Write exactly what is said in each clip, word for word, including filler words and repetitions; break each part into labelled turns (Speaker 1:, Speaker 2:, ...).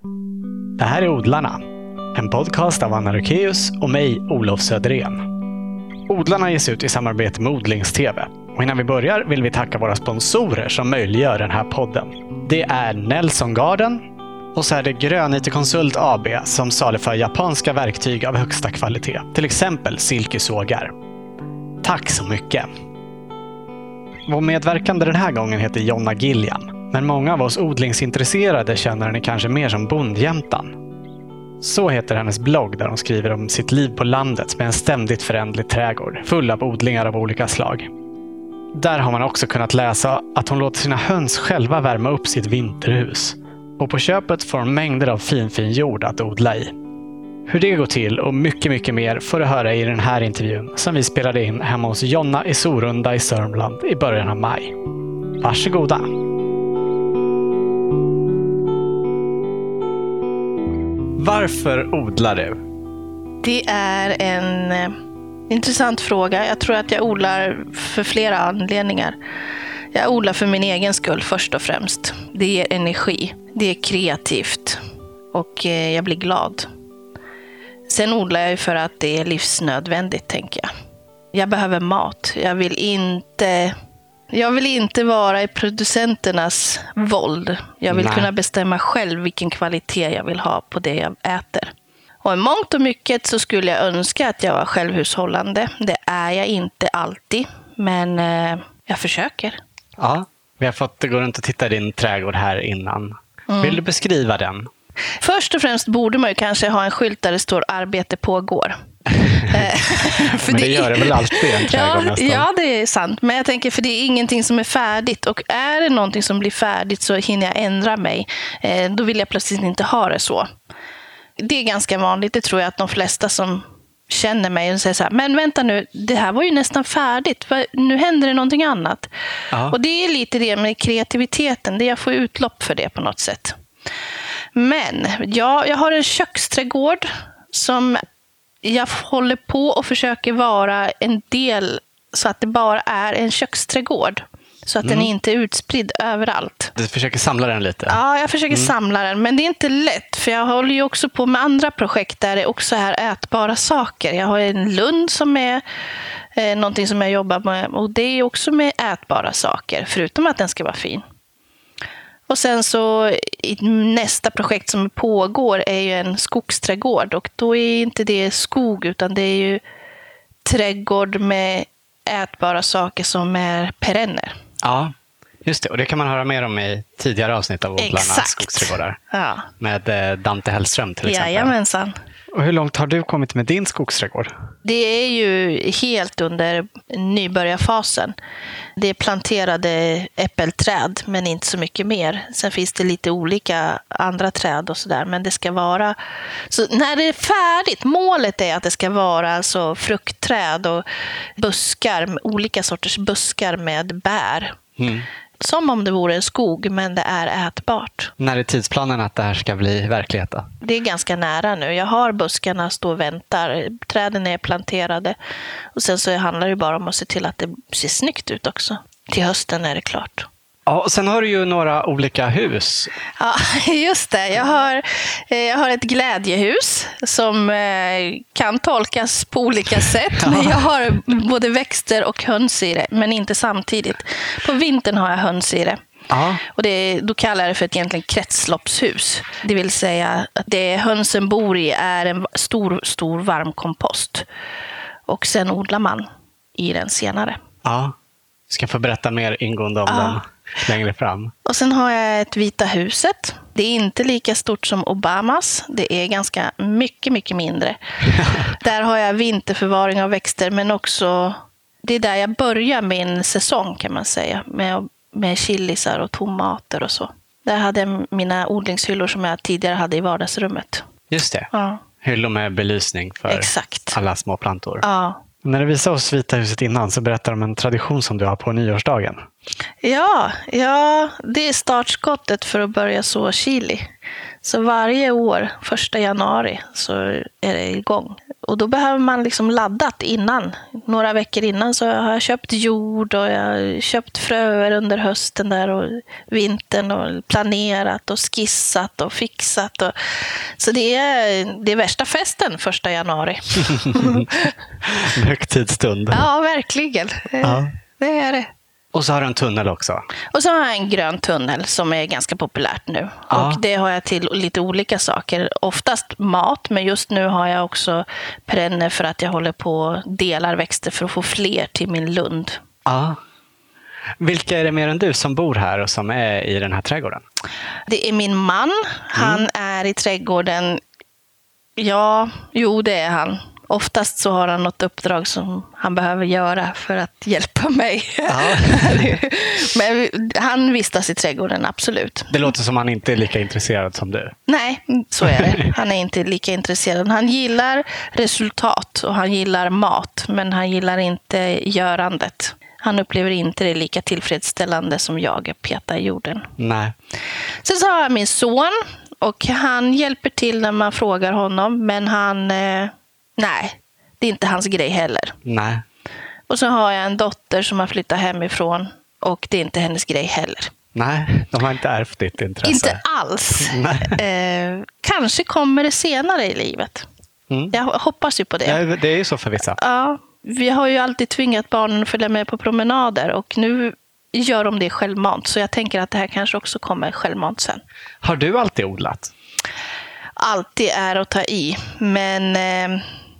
Speaker 1: Det här är Odlarna, en podcast av Anna Rukeus och mig, Olof Söderén. Odlarna ges ut i samarbete med Odlings-T V. Och innan vi börjar vill vi tacka våra sponsorer som möjliggör den här podden. Det är Nelson Garden och så är det Grön I T-konsult A B som saluför japanska verktyg av högsta kvalitet. Till exempel silkesågar. Tack så mycket! Vår medverkande den här gången heter Jonna Gilliam. Men många av oss odlingsintresserade känner henne kanske mer som bondjäntan. Så heter hennes blogg där hon skriver om sitt liv på landet med en ständigt föränderlig trädgård, full av odlingar av olika slag. Där har man också kunnat läsa att hon låter sina höns själva värma upp sitt vinterhus. Och på köpet får hon mängder av fin fin jord att odla i. Hur det går till och mycket mycket mer får du höra i den här intervjun som vi spelade in hemma hos Jonna i Sorunda i Sörmland i början av maj. Varsågoda! Varför odlar du?
Speaker 2: Det är en eh, intressant fråga. Jag tror att jag odlar för flera anledningar. Jag odlar för min egen skull först och främst. Det ger energi. Det är kreativt. Och eh, jag blir glad. Sen odlar jag för att det är livsnödvändigt, tänker jag. Jag behöver mat. Jag vill inte... Jag vill inte vara i producenternas våld. Jag vill Nej. kunna bestämma själv vilken kvalitet jag vill ha på det jag äter. Och i mångt och mycket så skulle jag önska att jag var självhushållande. Det är jag inte alltid, men eh, jag försöker.
Speaker 1: Ja, vi har fått gå runt och titta i din trädgård här innan. Mm. Vill du beskriva den?
Speaker 2: Först och främst borde man ju kanske ha en skylt där det står arbete pågår.
Speaker 1: för men det, det gör det väl alltid en trädgård
Speaker 2: ja,
Speaker 1: nästan.
Speaker 2: Ja, det är sant. Men jag tänker, för det är ingenting som är färdigt. Och är det någonting som blir färdigt så hinner jag ändra mig. Eh, då vill jag plötsligt inte ha det så. Det är ganska vanligt. Det tror jag att de flesta som känner mig och säger så här: men vänta nu, det här var ju nästan färdigt. Nu händer det någonting annat. Ja. Och det är lite det med kreativiteten. Det jag får utlopp för det på något sätt. Men ja, jag har en köksträdgård som jag håller på och försöker vara en del så att det bara är en köksträdgård. Så att mm. den inte är utspridd överallt.
Speaker 1: Du försöker samla den lite?
Speaker 2: Ja, jag försöker mm. samla den. Men det är inte lätt. För jag håller ju också på med andra projekt där det också är ätbara saker. Jag har en lund som är eh, någonting som jag jobbar med. Och det är också med ätbara saker. Förutom att den ska vara fin. Och sen så i nästa projekt som pågår är ju en skogsträdgård. Och då är inte det skog utan det är ju trädgård med ätbara saker som är perenner.
Speaker 1: Ja, just det. Och det kan man höra mer om i tidigare avsnitt av Odlarna skogsträdgårdar.
Speaker 2: Ja.
Speaker 1: Med Dante Hellström till exempel.
Speaker 2: Jajamensan.
Speaker 1: Och hur långt har du kommit med din skogsträdgård?
Speaker 2: Det är ju helt under nybörjarfasen. Det är planterade äppelträd men inte så mycket mer. Sen finns det lite olika andra träd och sådär. Men det ska vara... Så när det är färdigt, målet är att det ska vara alltså fruktträd och buskar, olika sorters buskar med bär. Mm. Som om det vore en skog, men det är ätbart.
Speaker 1: När är tidsplanen att det här ska bli verklighet då?
Speaker 2: Det är ganska nära nu. Jag har buskarna stå och väntar. Träden är planterade. Och sen så handlar det bara om att se till att det ser snyggt ut också. Till hösten är det klart.
Speaker 1: Ja, och sen har du ju några olika hus.
Speaker 2: Ja, just det. Jag har, jag har ett glädjehus som kan tolkas på olika sätt. Ja. Men jag har både växter och höns i det, men inte samtidigt. På vintern har jag höns i det. Ja. Och det, då kallar jag det för ett egentligen kretsloppshus. Det vill säga att det hönsen bor i är en stor, stor varm kompost. Och sen odlar man i den senare.
Speaker 1: Ja, du ska få berätta mer ingående om ja. den längre fram.
Speaker 2: Och sen har jag ett Vita huset. Det är inte lika stort som Obamas. Det är ganska mycket, mycket mindre. Där har jag vinterförvaring av växter, men också... Det är där jag börjar min säsong kan man säga. Med, med chilisar och tomater och så. Där hade jag mina odlingshyllor som jag tidigare hade i vardagsrummet.
Speaker 1: Just det.
Speaker 2: Ja.
Speaker 1: Hyllor med belysning för Exakt. alla små plantor.
Speaker 2: Ja.
Speaker 1: När du visade oss Vita huset innan så berättade de om en tradition som du har på nyårsdagen.
Speaker 2: Ja, ja, det är startskottet för att börja så chili. Så varje år, första januari, så är det igång. Och då behöver man liksom laddat innan. Några veckor innan så har jag köpt jord och jag har köpt fröer under hösten där och vintern och planerat och skissat och fixat. Och... Så det är, det är värsta festen första januari.
Speaker 1: Högtidsstund.
Speaker 2: Ja, verkligen.
Speaker 1: Ja.
Speaker 2: Det är det.
Speaker 1: Och så har du en tunnel också.
Speaker 2: Och så har jag en grön tunnel som är ganska populärt nu.
Speaker 1: Ja.
Speaker 2: Och det har jag till lite olika saker. Oftast mat, men just nu har jag också perenner för att jag håller på och delar växter för att få fler till min lund.
Speaker 1: Ja. Vilka är det mer än du som bor här och som är i den här trädgården?
Speaker 2: Det är min man. Han mm. är i trädgården. Ja, jo det är han. Oftast så har han något uppdrag som han behöver göra för att hjälpa mig. Ja. Men han vistas i trädgården, absolut.
Speaker 1: Det låter som han inte är lika intresserad som du.
Speaker 2: Nej, så är det. Han är inte lika intresserad. Han gillar resultat och han gillar mat, men han gillar inte görandet. Han upplever inte det lika tillfredsställande som jag petar i jorden.
Speaker 1: Nej.
Speaker 2: Sen så har jag min son och han hjälper till när man frågar honom, men han... Eh, nej, det är inte hans grej heller.
Speaker 1: Nej. Och
Speaker 2: så har jag en dotter som har flyttat hemifrån och det är inte hennes grej heller.
Speaker 1: Nej, de har inte ärvt ditt intresse.
Speaker 2: Inte alls. eh, kanske kommer det senare i livet. Mm. Jag hoppas ju på det.
Speaker 1: Ja, det är ju så för vissa.
Speaker 2: Ja, vi har ju alltid tvingat barnen att följa med på promenader och nu gör de det självmant. Så jag tänker att det här kanske också kommer självmant sen.
Speaker 1: Har du alltid odlat?
Speaker 2: Alltid är att ta i. Men eh,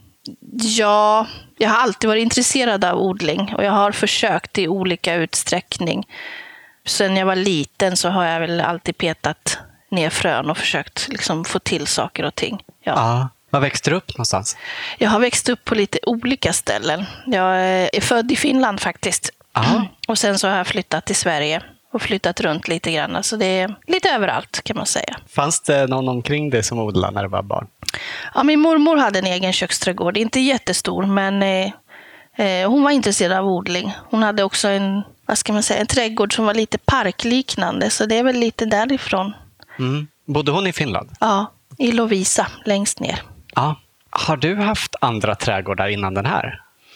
Speaker 2: ja, jag har alltid varit intresserad av odling och jag har försökt i olika utsträckning. Sen jag var liten så har jag väl alltid petat ner frön och försökt liksom få till saker och ting. Ja.
Speaker 1: Ja. Var växte du upp någonstans?
Speaker 2: Jag har växt upp på lite olika ställen. Jag är född i Finland faktiskt.
Speaker 1: Aha.
Speaker 2: Och sen så har jag flyttat till Sverige och flyttat runt lite grann. Så det är lite överallt kan man säga.
Speaker 1: Fanns det någon omkring dig som odlade när du var barn?
Speaker 2: Ja, min mormor hade en egen köksträdgård. Inte jättestor, men eh, eh, hon var intresserad av odling. Hon hade också en, vad ska man säga, en trädgård som var lite parkliknande. Så det är väl lite därifrån.
Speaker 1: Mm. Bodde hon i Finland?
Speaker 2: Ja, i Lovisa, längst ner.
Speaker 1: Ja. Har du haft andra trädgårdar innan den här?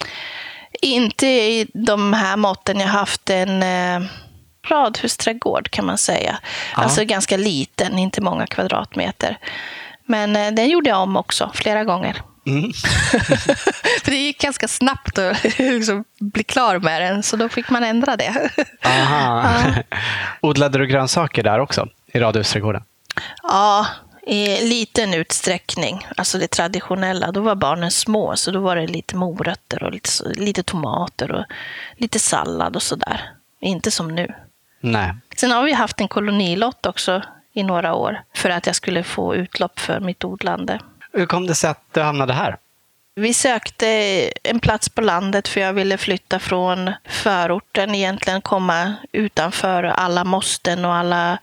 Speaker 2: Inte i de här måtten. Jag har haft en eh, radhusträdgård kan man säga. Ja. Alltså ganska liten, inte många kvadratmeter. Men eh, den gjorde jag om också, flera gånger. Mm. För det gick ganska snabbt att liksom bli klar med den, så då fick man ändra det.
Speaker 1: Aha. Ja. Odlade du grönsaker där också, i radhusträdgården?
Speaker 2: Ja, i liten utsträckning. Alltså det traditionella. Då var barnen små, så då var det lite morötter och lite, lite tomater och lite sallad och sådär. Inte som nu.
Speaker 1: Nej.
Speaker 2: Sen har vi haft en kolonilott också i några år för att jag skulle få utlopp för mitt odlande.
Speaker 1: Hur kom det sig att du hamnade här?
Speaker 2: Vi sökte en plats på landet för jag ville flytta från förorten, egentligen komma utanför alla måsten och alla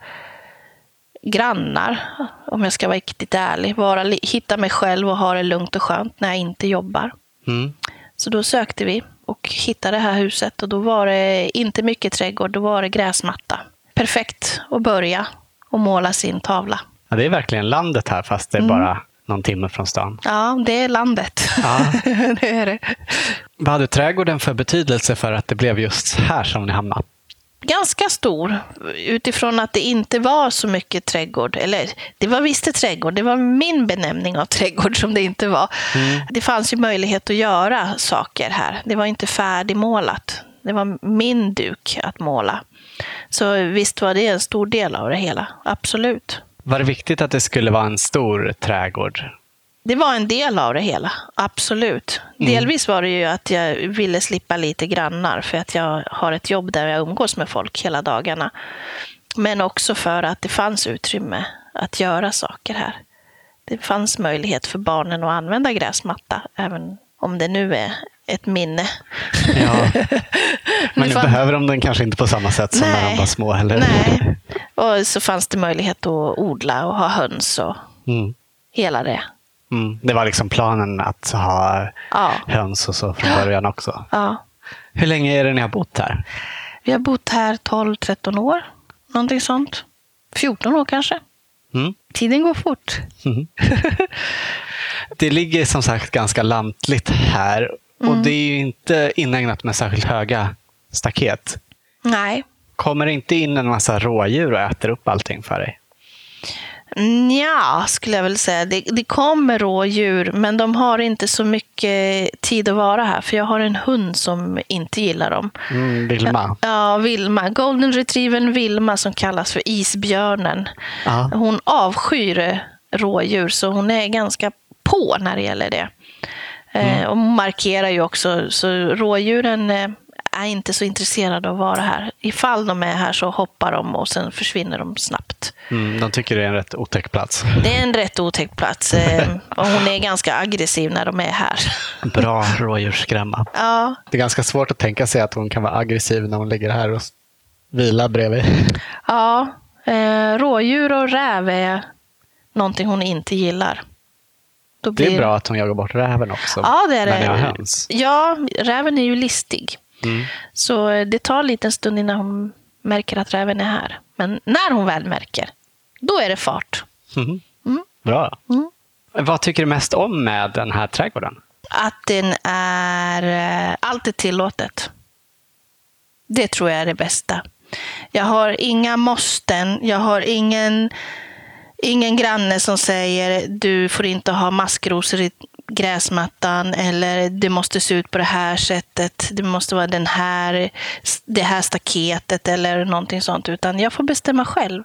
Speaker 2: grannar, om jag ska vara riktigt ärlig. Vara, hitta mig själv och ha det lugnt och skönt när jag inte jobbar. Mm. Så då sökte vi och hittade det här huset och då var det inte mycket trädgård, då var det gräsmatta. Perfekt att börja och måla sin tavla.
Speaker 1: Ja, det är verkligen landet här, fast det är mm. bara någon timme från stan.
Speaker 2: Ja, det är landet. Ja. Det är det.
Speaker 1: Vad hade trädgården för betydelse för att det blev just här som ni hamnade?
Speaker 2: Ganska stor, utifrån att det inte var så mycket trädgård. Eller det var visst ett trädgård, det var min benämning av trädgård som det inte var. Mm. Det fanns ju möjlighet att göra saker här. Det var inte färdigmålat. Det var min duk att måla. Så visst var det en stor del av det hela, absolut.
Speaker 1: Var det viktigt att det skulle vara en stor trädgård?
Speaker 2: Det var en del av det hela, absolut. Mm. Delvis var det ju att jag ville slippa lite grannar för att jag har ett jobb där jag umgås med folk hela dagarna. Men också för att det fanns utrymme att göra saker här. Det fanns möjlighet för barnen att använda gräsmatta, även om det nu är ett minne. Ja.
Speaker 1: Men nu fann... behöver de den kanske inte på samma sätt som Nej. när de var små heller.
Speaker 2: Nej, och så fanns det möjlighet att odla och ha höns och mm. hela det.
Speaker 1: Mm. Det var liksom planen att ha ja. höns och så från början också.
Speaker 2: Ja.
Speaker 1: Hur länge är det ni har bott här?
Speaker 2: Vi har bott här tolv tretton år. Någonting sånt. fjorton år kanske.
Speaker 1: Mm.
Speaker 2: Tiden går fort.
Speaker 1: Mm. Det ligger som sagt ganska lantligt här. Och
Speaker 2: Mm.
Speaker 1: det är ju inte inägnat med särskilt höga staket.
Speaker 2: Nej.
Speaker 1: Kommer det inte in en massa rådjur och äter upp allting för dig?
Speaker 2: Ja, skulle jag väl säga. Det, det kommer rådjur, men de har inte så mycket tid att vara här. För jag har en hund som inte gillar dem.
Speaker 1: Mm, Vilma.
Speaker 2: Ja, Vilma. Golden retrievern Vilma, som kallas för isbjörnen.
Speaker 1: Ja.
Speaker 2: Hon avskyr rådjur, så hon är ganska på när det gäller det. Mm. Eh, och markerar ju också. Så rådjuren eh, är inte så intresserade av att vara här. Ifall de är här så hoppar de och sen försvinner de snabbt.
Speaker 1: Mm, de tycker det är en rätt otäck plats.
Speaker 2: Det är en rätt otäck plats. Eh, och hon är ganska aggressiv när de är här.
Speaker 1: Bra rådjursskrämma.
Speaker 2: Ja.
Speaker 1: Det är ganska svårt att tänka sig att hon kan vara aggressiv när hon ligger här och vilar bredvid.
Speaker 2: Ja, eh, rådjur och räv är någonting hon inte gillar. Då blir...
Speaker 1: Det är bra att hon jagar bort räven också.
Speaker 2: Ja, det är
Speaker 1: när
Speaker 2: det.
Speaker 1: ni har höns.
Speaker 2: Ja, räven är ju listig.
Speaker 1: Mm.
Speaker 2: Så det tar en liten stund innan hon märker att räven är här. Men när hon väl märker, då är det fart.
Speaker 1: Mm.
Speaker 2: Mm.
Speaker 1: Bra.
Speaker 2: Mm.
Speaker 1: Vad tycker du mest om med den här trädgården?
Speaker 2: Att den är eh, allt är tillåtet. Det tror jag är det bästa. Jag har inga måsten. Jag har ingen, ingen granne som säger du får inte ha maskrosor i gräsmattan, eller det måste se ut på det här sättet. Det måste vara den här, det här staketet eller någonting sånt. Utan jag får bestämma själv.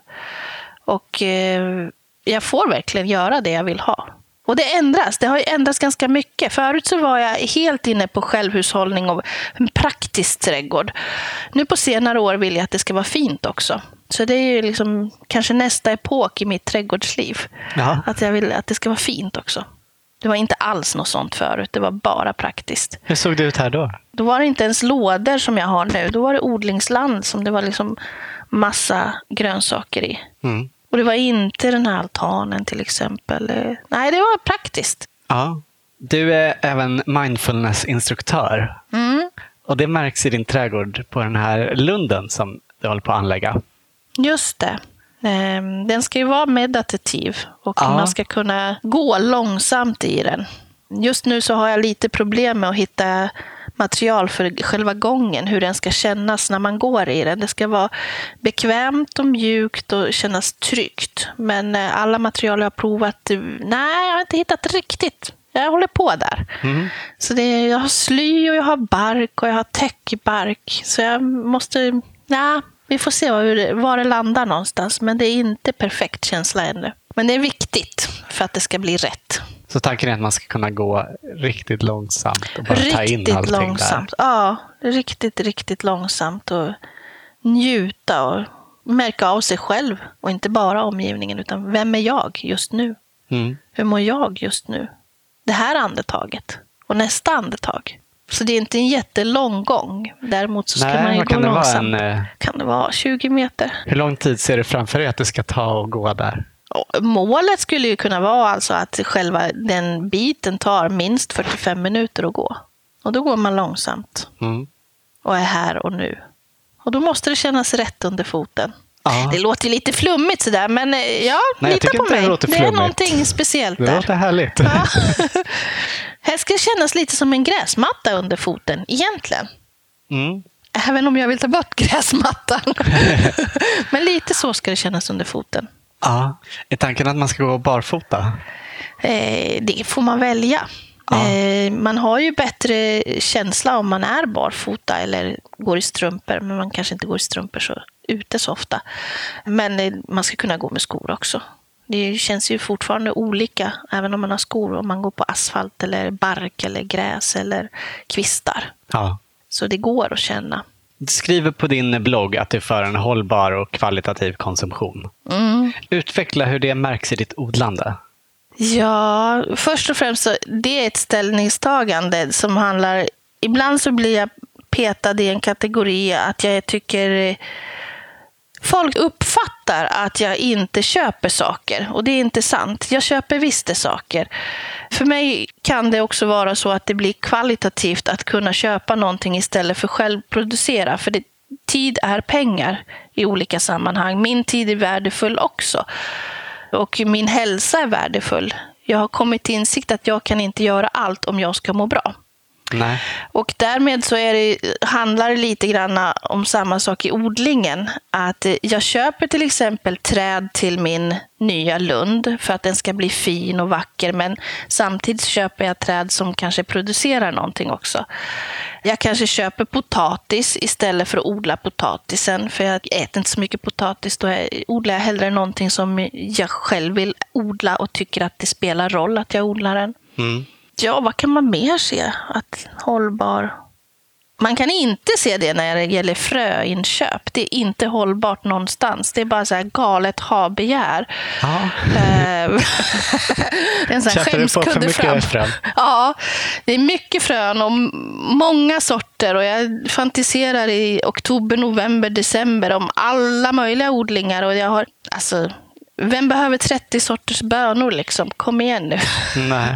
Speaker 2: Och eh, jag får verkligen göra det jag vill ha. Och det ändras. Det har ju ändrats ganska mycket. Förut så var jag helt inne på självhushållning och en praktisk trädgård. Nu på senare år vill jag att det ska vara fint också. Så det är ju liksom kanske nästa epok i mitt trädgårdsliv.
Speaker 1: Jaha.
Speaker 2: Att jag vill att det ska vara fint också. Det var inte alls något sånt förut. Det var bara praktiskt.
Speaker 1: Hur såg det ut här då?
Speaker 2: Då var det inte ens lådor som jag har nu. Då var det odlingsland som det var liksom massa grönsaker i.
Speaker 1: Mm.
Speaker 2: Och det var inte den här altanen till exempel. Nej, det var praktiskt.
Speaker 1: Ja. Du är även mindfulness-instruktör.
Speaker 2: Mm.
Speaker 1: Och det märks i din trädgård på den här lunden som du håller på att anlägga.
Speaker 2: Just det. Den ska ju vara meditativ och
Speaker 1: Ja.
Speaker 2: man ska kunna gå långsamt i den. Just nu så har jag lite problem med att hitta material för själva gången, hur den ska kännas när man går i den. Det ska vara bekvämt och mjukt och kännas tryggt. Men alla material jag har provat, nej, jag har inte hittat riktigt. Jag håller på där.
Speaker 1: Mm.
Speaker 2: Så det är, jag har sly och jag har bark och jag har täckbark. Så jag måste, ja, vi får se var det, var det landar någonstans. Men det är inte perfekt känsla ännu. Men det är viktigt för att det ska bli rätt.
Speaker 1: Så tanken är att man ska kunna gå riktigt långsamt och bara ta in
Speaker 2: Riktigt
Speaker 1: allting
Speaker 2: långsamt.
Speaker 1: där.
Speaker 2: Ja, riktigt, riktigt långsamt och njuta och märka av sig själv och inte bara omgivningen, utan vem är jag just nu?
Speaker 1: Mm.
Speaker 2: Hur mår jag just nu? Det här andetaget och nästa andetag. Så det är inte en jättelång gång. Däremot så ska
Speaker 1: Nej,
Speaker 2: man ju
Speaker 1: vad
Speaker 2: gå
Speaker 1: kan det vara?
Speaker 2: långsamt.
Speaker 1: En, eh,
Speaker 2: Kan det vara tjugo meter?
Speaker 1: hur lång tid ser du framför dig att det ska ta och gå där?
Speaker 2: Och målet skulle ju kunna vara alltså att själva den biten tar minst fyrtiofem minuter att gå. Och då går man långsamt
Speaker 1: Mm.
Speaker 2: och är här och nu. Och då måste det kännas rätt under foten.
Speaker 1: Ja.
Speaker 2: Det låter lite flummigt sådär, men eh, ja,
Speaker 1: Nej, jag
Speaker 2: lita
Speaker 1: tycker
Speaker 2: på
Speaker 1: inte det
Speaker 2: mig.
Speaker 1: låter
Speaker 2: Det är
Speaker 1: flummigt.
Speaker 2: någonting speciellt
Speaker 1: Det
Speaker 2: där.
Speaker 1: låter härligt.
Speaker 2: Ja. Här ska det kännas lite som en gräsmatta under foten, egentligen.
Speaker 1: Mm.
Speaker 2: Även om jag vill ta bort gräsmattan. Men lite så ska det kännas under foten.
Speaker 1: Ja. Är tanken att man ska gå barfota?
Speaker 2: Eh, det får man välja.
Speaker 1: Ja.
Speaker 2: Eh, man har ju bättre känsla om man är barfota eller går i strumpor. Men man kanske inte går i strumpor så ute så ofta. Men eh, man ska kunna gå med skor också. Det känns ju fortfarande olika, även om man har skor. Om man går på asfalt eller bark eller gräs eller kvistar.
Speaker 1: Ja.
Speaker 2: Så det går att känna.
Speaker 1: Du skriver på din blogg att du är för en hållbar och kvalitativ konsumtion.
Speaker 2: Mm.
Speaker 1: Utveckla hur det märks i ditt odlande.
Speaker 2: Ja, först och främst så det är ett ställningstagande som handlar... Ibland så blir jag petad i en kategori att jag tycker... Folk uppfattar att jag inte köper saker, och det är inte sant. Jag köper visst saker. För mig kan det också vara så att det blir kvalitativt att kunna köpa någonting istället för själv producera. För det, tid är pengar i olika sammanhang. Min tid är värdefull också. Och min hälsa är värdefull. Jag har kommit till insikt att jag kan inte göra allt om jag ska må bra.
Speaker 1: Nej.
Speaker 2: Och därmed så är det, handlar det lite grann om samma sak i odlingen. Att jag köper till exempel träd till min nya lund för att den ska bli fin och vacker. Men samtidigt köper jag träd som kanske producerar någonting också. Jag kanske köper potatis istället för att odla potatisen. För jag äter inte så mycket potatis. Då odlar jag hellre någonting som jag själv vill odla och tycker att det spelar roll att jag odlar den. Mm. Ja, vad kan man mer se? Att hållbar... Man kan inte se det när det gäller fröinköp. Det är inte hållbart någonstans. Det är bara så här galet ha-begär.
Speaker 1: Ja.
Speaker 2: en sån här skämskudde fram. Frön. Ja, det är mycket frön och många sorter. Och jag fantiserar i oktober, november, december om alla möjliga odlingar. Och jag har... Alltså, vem behöver trettio sorters bönor liksom? Kom igen nu.
Speaker 1: Nej,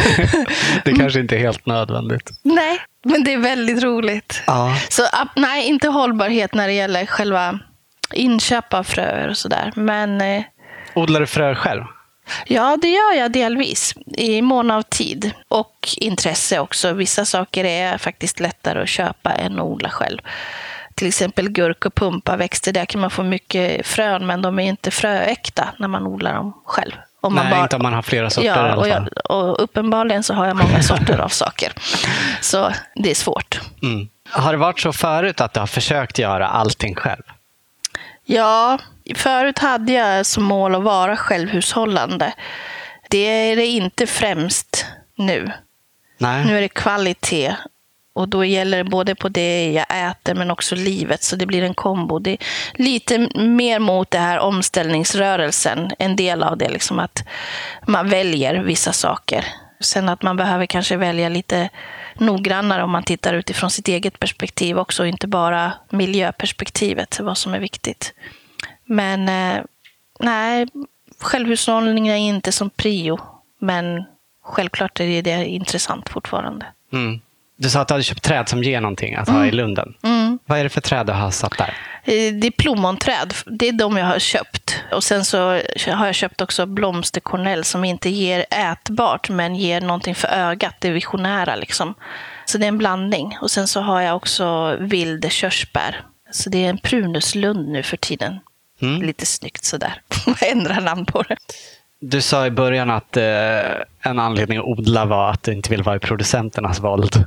Speaker 1: det kanske inte är helt nödvändigt.
Speaker 2: Nej, men det är väldigt roligt.
Speaker 1: Ja.
Speaker 2: Så nej, inte hållbarhet när det gäller själva inköp av fröer och sådär. Men, eh,
Speaker 1: odlar du fröer själv?
Speaker 2: Ja, det gör jag delvis. I mån av tid och intresse också. Vissa saker är faktiskt lättare att köpa än att odla själv. Till exempel gurk och pumpaväxter, där kan man få mycket frön, men de är inte fröäkta när man odlar dem själv. Om
Speaker 1: Nej,
Speaker 2: man bara...
Speaker 1: inte om man har flera sorter
Speaker 2: ja,
Speaker 1: i alla fall.
Speaker 2: Och, jag, och uppenbarligen så har jag många sorter av saker. Så det är svårt.
Speaker 1: Mm. Har det varit så förut att du har försökt göra allting själv?
Speaker 2: Ja, förut hade jag som mål att vara självhushållande. Det är det inte främst nu.
Speaker 1: Nej.
Speaker 2: Nu är det kvalitet. Och då gäller det både på det jag äter men också livet. Så det blir en kombo. Det är lite mer mot det här omställningsrörelsen. En del av det liksom att man väljer vissa saker. Sen att man behöver kanske välja lite noggrannare om man tittar utifrån sitt eget perspektiv också. Inte bara miljöperspektivet, vad som är viktigt. Men eh, nej, självhushållning är inte som prio. Men självklart är det intressant fortfarande.
Speaker 1: Mm. Du sa att du hade köpt träd som ger någonting att mm. ha i lunden.
Speaker 2: Mm.
Speaker 1: Vad är det för träd du har satt där?
Speaker 2: Det är plommonträd. Det är de jag har köpt. Och sen så har jag köpt också blomsterkornell som inte ger ätbart men ger någonting för ögat. Det är visionära liksom. Så det är en blandning. Och sen så har jag också vild körsbär. Så det är en prunuslund nu för tiden. Mm. Lite snyggt sådär. Ändra namn på det.
Speaker 1: Du sa i början att eh, en anledning att odla var att du inte vill vara i producenternas våld.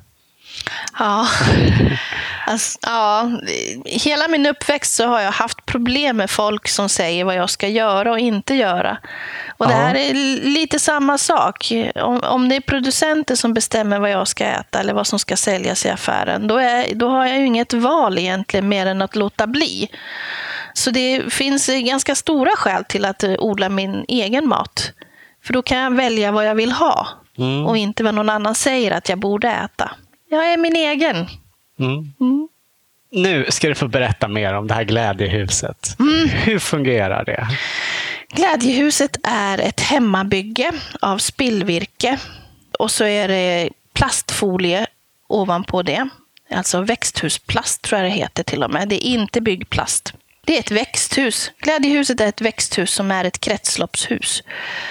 Speaker 2: Ja. Alltså, ja, hela min uppväxt så har jag haft problem med folk som säger vad jag ska göra och inte göra. Och det här är lite samma sak. Om, om det är producenter som bestämmer vad jag ska äta eller vad som ska säljas i affären, då, är, då har jag ju inget val egentligen mer än att låta bli. Så det finns ganska stora skäl till att odla min egen mat. För då kan jag välja vad jag vill ha mm. och inte vad någon annan säger att jag borde äta. Jag är min egen.
Speaker 1: Mm. Mm. Nu ska du få berätta mer om det här glädjehuset. Mm. Hur fungerar det?
Speaker 2: Glädjehuset är ett hemmabygge av spillvirke. Och så är det plastfolie ovanpå det. Alltså växthusplast tror jag det heter till och med. Det är inte byggplast. Det är ett växthus. Glädjehuset är ett växthus som är ett kretsloppshus.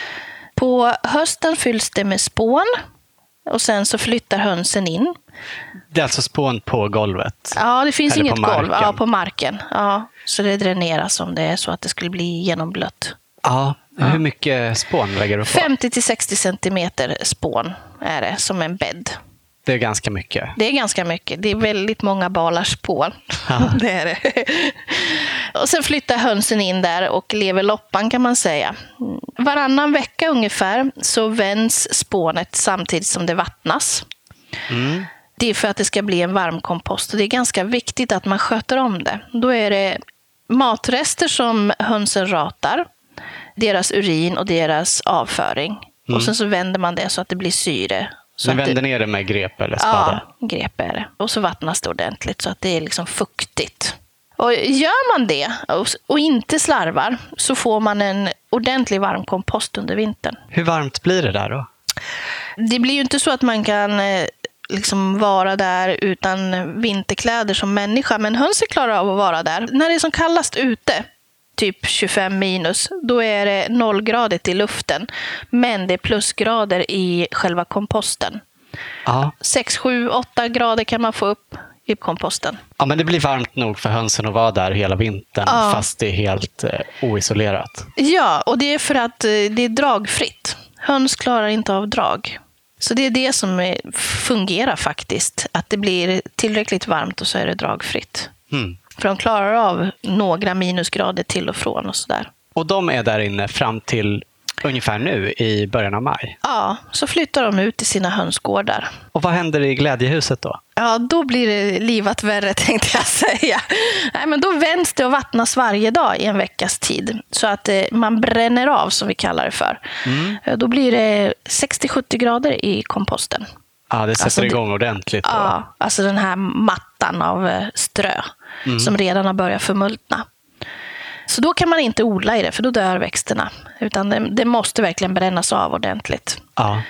Speaker 2: På hösten fylls det med spån. Och sen så flyttar hönsen in.
Speaker 1: Det är alltså spån på golvet?
Speaker 2: Ja, det finns
Speaker 1: Eller
Speaker 2: inget
Speaker 1: på marken.
Speaker 2: golv. Ja, på marken. Ja, så det dräneras om det är så att det skulle bli genomblött.
Speaker 1: Ja, hur mycket spån lägger du på?
Speaker 2: femtio till sextio centimeter spån är det som en bädd.
Speaker 1: Det är ganska mycket.
Speaker 2: Det är ganska mycket. Det är väldigt många balar spån. Ja. Det är det. Och sen flyttar hönsen in där och lever loppan kan man säga. Varannan vecka ungefär så vänds spånet samtidigt som det vattnas. Mm. Det är för att det ska bli en varmkompost och det är ganska viktigt att man sköter om det. Då är det matrester som hönsen ratar, deras urin och deras avföring. Mm. Och sen så vänder man det så att det blir syre. Så
Speaker 1: du vänder
Speaker 2: det...
Speaker 1: ner det med grep eller spade?
Speaker 2: Ja, grep är det. Och så vattnas det ordentligt så att det är liksom fuktigt. Och gör man det och inte slarvar så får man en ordentlig varmkompost under vintern.
Speaker 1: Hur varmt blir det där då?
Speaker 2: Det blir ju inte så att man kan liksom vara där utan vinterkläder som människa. Men hönsen klarar av att vara där. När det är som kallast ute, typ tjugofem minus, då är det nollgradigt i luften. Men det är plusgrader i själva komposten.
Speaker 1: Ja.
Speaker 2: sex, sju, åtta grader kan man få upp i komposten.
Speaker 1: Ja, men det blir varmt nog för hönsen att vara där hela vintern,
Speaker 2: ja.
Speaker 1: fast det är helt eh, oisolerat.
Speaker 2: Ja, och det är för att eh, det är dragfritt. Höns klarar inte av drag. Så det är det som är, fungerar faktiskt. Att det blir tillräckligt varmt och så är det dragfritt.
Speaker 1: Mm.
Speaker 2: För de klarar av några minusgrader till och från och sådär.
Speaker 1: Och de är där inne fram till ungefär nu i början av maj.
Speaker 2: Ja, så flyttar de ut i sina hönsgårdar.
Speaker 1: Och vad händer i glädjehuset då?
Speaker 2: Ja, då blir det livat värre, tänkte jag säga. Nej, men då vänds det och vattnas varje dag i en veckas tid. Så att eh, man bränner av, som vi kallar det för. Mm. Då blir det sextio till sjuttio grader i komposten.
Speaker 1: Ja, det sätter
Speaker 2: alltså,
Speaker 1: igång ordentligt. Då.
Speaker 2: Ja, alltså den här mattan av strö mm. som redan har börjat förmultna. Så då kan man inte odla i det, för då dör växterna. Utan det, det måste verkligen brännas av ordentligt.
Speaker 1: Ja.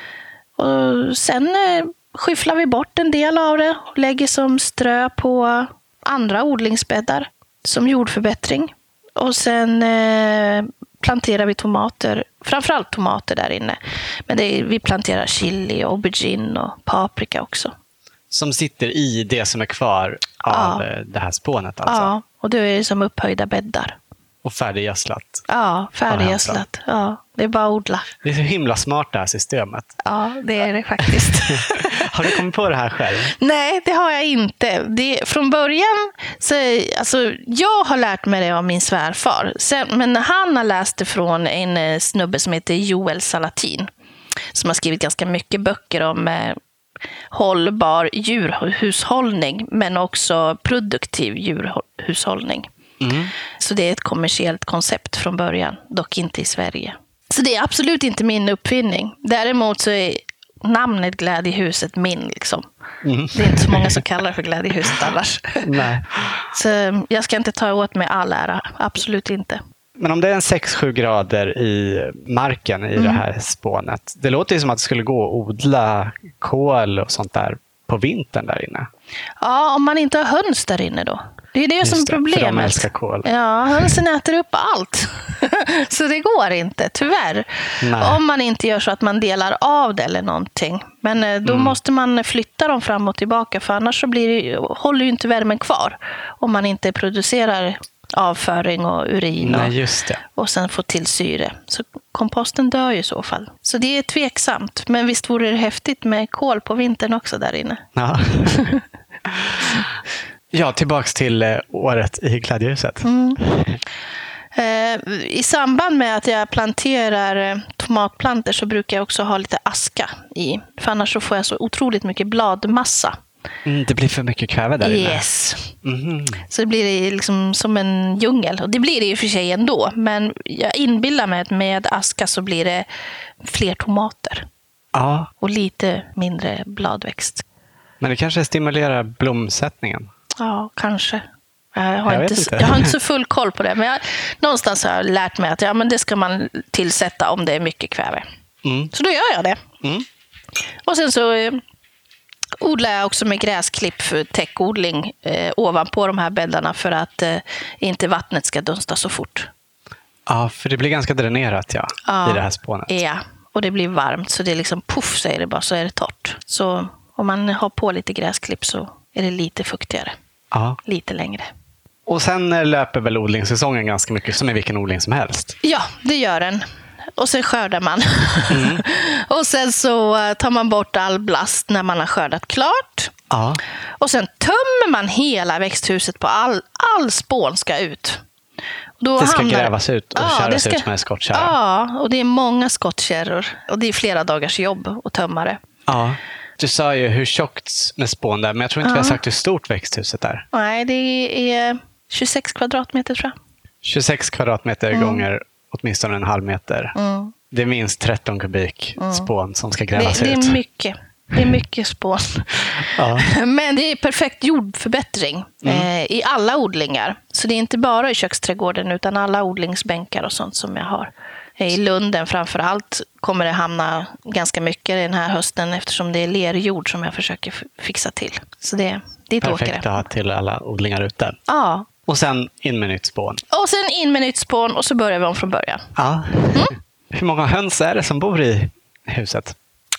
Speaker 2: Och sen eh, skyfflar vi bort en del av det och lägger som strö på andra odlingsbäddar som jordförbättring. Och sen eh, planterar vi tomater, framförallt tomater där inne. Men det är, vi planterar chili, aubergine och paprika också.
Speaker 1: Som sitter i det som är kvar av ja. det här spånet alltså?
Speaker 2: Ja, och det är som upphöjda bäddar.
Speaker 1: Och färdiggödslat?
Speaker 2: Ja, färdiggödslat. Ja, det är bara att odla.
Speaker 1: Det är så himla smart det här systemet.
Speaker 2: Ja, det är det faktiskt.
Speaker 1: Har du kommit på det här själv?
Speaker 2: Nej, det har jag inte. Det, från början, så, alltså, jag har lärt mig det av min svärfar. Sen, men han har läst det från en snubbe som heter Joel Salatin. Som har skrivit ganska mycket böcker om eh, hållbar djurhushållning. Men också produktiv djurhushållning. Mm. Så det är ett kommersiellt koncept från början, dock inte i Sverige. Så det är absolut inte min uppfinning. Däremot så är namnet Glädjehuset min. Liksom. Mm. Det är inte så många som kallar det för Glädjehuset annars.
Speaker 1: Nej.
Speaker 2: Så jag ska inte ta åt mig all ära, absolut inte.
Speaker 1: Men om det är en sex sju grader i marken i mm. det här spånet, det låter ju som att det skulle gå att odla kål och sånt där på vintern där inne.
Speaker 2: Ja, om man inte har höns där inne då. Det är det
Speaker 1: Just
Speaker 2: som är
Speaker 1: det,
Speaker 2: problemet.
Speaker 1: för de älskar kål.
Speaker 2: Ja, hönsen äter upp allt. Så det går inte, tyvärr. Nej. Om man inte gör så att man delar av det eller någonting. Men då mm. måste man flytta dem fram och tillbaka. För annars så blir det, håller ju inte värmen kvar. Om man inte producerar avföring och urin.
Speaker 1: Nej,
Speaker 2: och,
Speaker 1: just det.
Speaker 2: och sen får till syre. Så komposten dör ju i så fall. Så det är tveksamt. Men visst vore det häftigt med kål på vintern också där inne.
Speaker 1: Ja. Ja, tillbaks till eh, året i Glädjehuset. Mm.
Speaker 2: Eh, I samband med att jag planterar eh, tomatplanter så brukar jag också ha lite aska i. För annars så får jag så otroligt mycket bladmassa.
Speaker 1: Mm, det blir för mycket kväve där inne.
Speaker 2: Yes. Mm. Så det blir liksom som en djungel. Och det blir det i och för sig ändå. Men jag inbillar mig att med aska så blir det fler tomater.
Speaker 1: Ja.
Speaker 2: Och lite mindre bladväxt.
Speaker 1: Men det kanske stimulerar blomsättningen.
Speaker 2: Ja, kanske. Jag har,
Speaker 1: jag
Speaker 2: inte,
Speaker 1: inte.
Speaker 2: jag har inte så full koll på det. Men jag, någonstans har jag lärt mig att ja, men det ska man tillsätta om det är mycket kväve. Mm. Så då gör jag det. Mm. Och sen så eh, odlar jag också med gräsklipp för täckodling eh, ovanpå de här bäddarna för att eh, inte vattnet ska dunsta så fort.
Speaker 1: Ja, för det blir ganska dränerat ja,
Speaker 2: ja,
Speaker 1: i det här spånet.
Speaker 2: Ja, och det blir varmt så det är liksom puff säger det bara så är det torrt. Så om man har på lite gräsklipp så är det lite fuktigare. Ja. Lite längre.
Speaker 1: Och sen löper väl odlingssäsongen ganska mycket som i vilken odling som helst?
Speaker 2: Ja, det gör den. Och sen skördar man. Mm. Och sen så tar man bort all blast när man har skördat klart. Ja. Och sen tömmer man hela växthuset på all, all spån ska ut. Då
Speaker 1: det ska
Speaker 2: hamnar...
Speaker 1: grävas ut och ja, köras ska... ut med skottkärra.
Speaker 2: Ja, och det är många skottkärror. Och det är flera dagars jobb att tömma det.
Speaker 1: Ja. Du sa ju hur tjockt med spån där, men jag tror inte ja. vi har sagt hur stort växthuset är.
Speaker 2: Nej, det är tjugosex kvadratmeter tror jag.
Speaker 1: tjugosex kvadratmeter mm. gånger åtminstone en halv meter. Mm. Det är minst tretton kubik mm. spån som ska grävas
Speaker 2: det,
Speaker 1: ut.
Speaker 2: Det är mycket. Det är mycket spån. Ja. Men det är perfekt jordförbättring mm. eh, i alla odlingar. Så det är inte bara i köksträdgården utan alla odlingsbänkar och sånt som jag har I lunden framför allt kommer det hamna ganska mycket den här hösten eftersom det är lerjord som jag försöker fixa till. Så det, dit åker det.
Speaker 1: Perfekt att ha till alla odlingar ute.
Speaker 2: Ja.
Speaker 1: Och sen in med nytt spån.
Speaker 2: Och sen in med nytt spån och så börjar vi om från början.
Speaker 1: Ja. Mm. Hur många höns är det som bor i huset?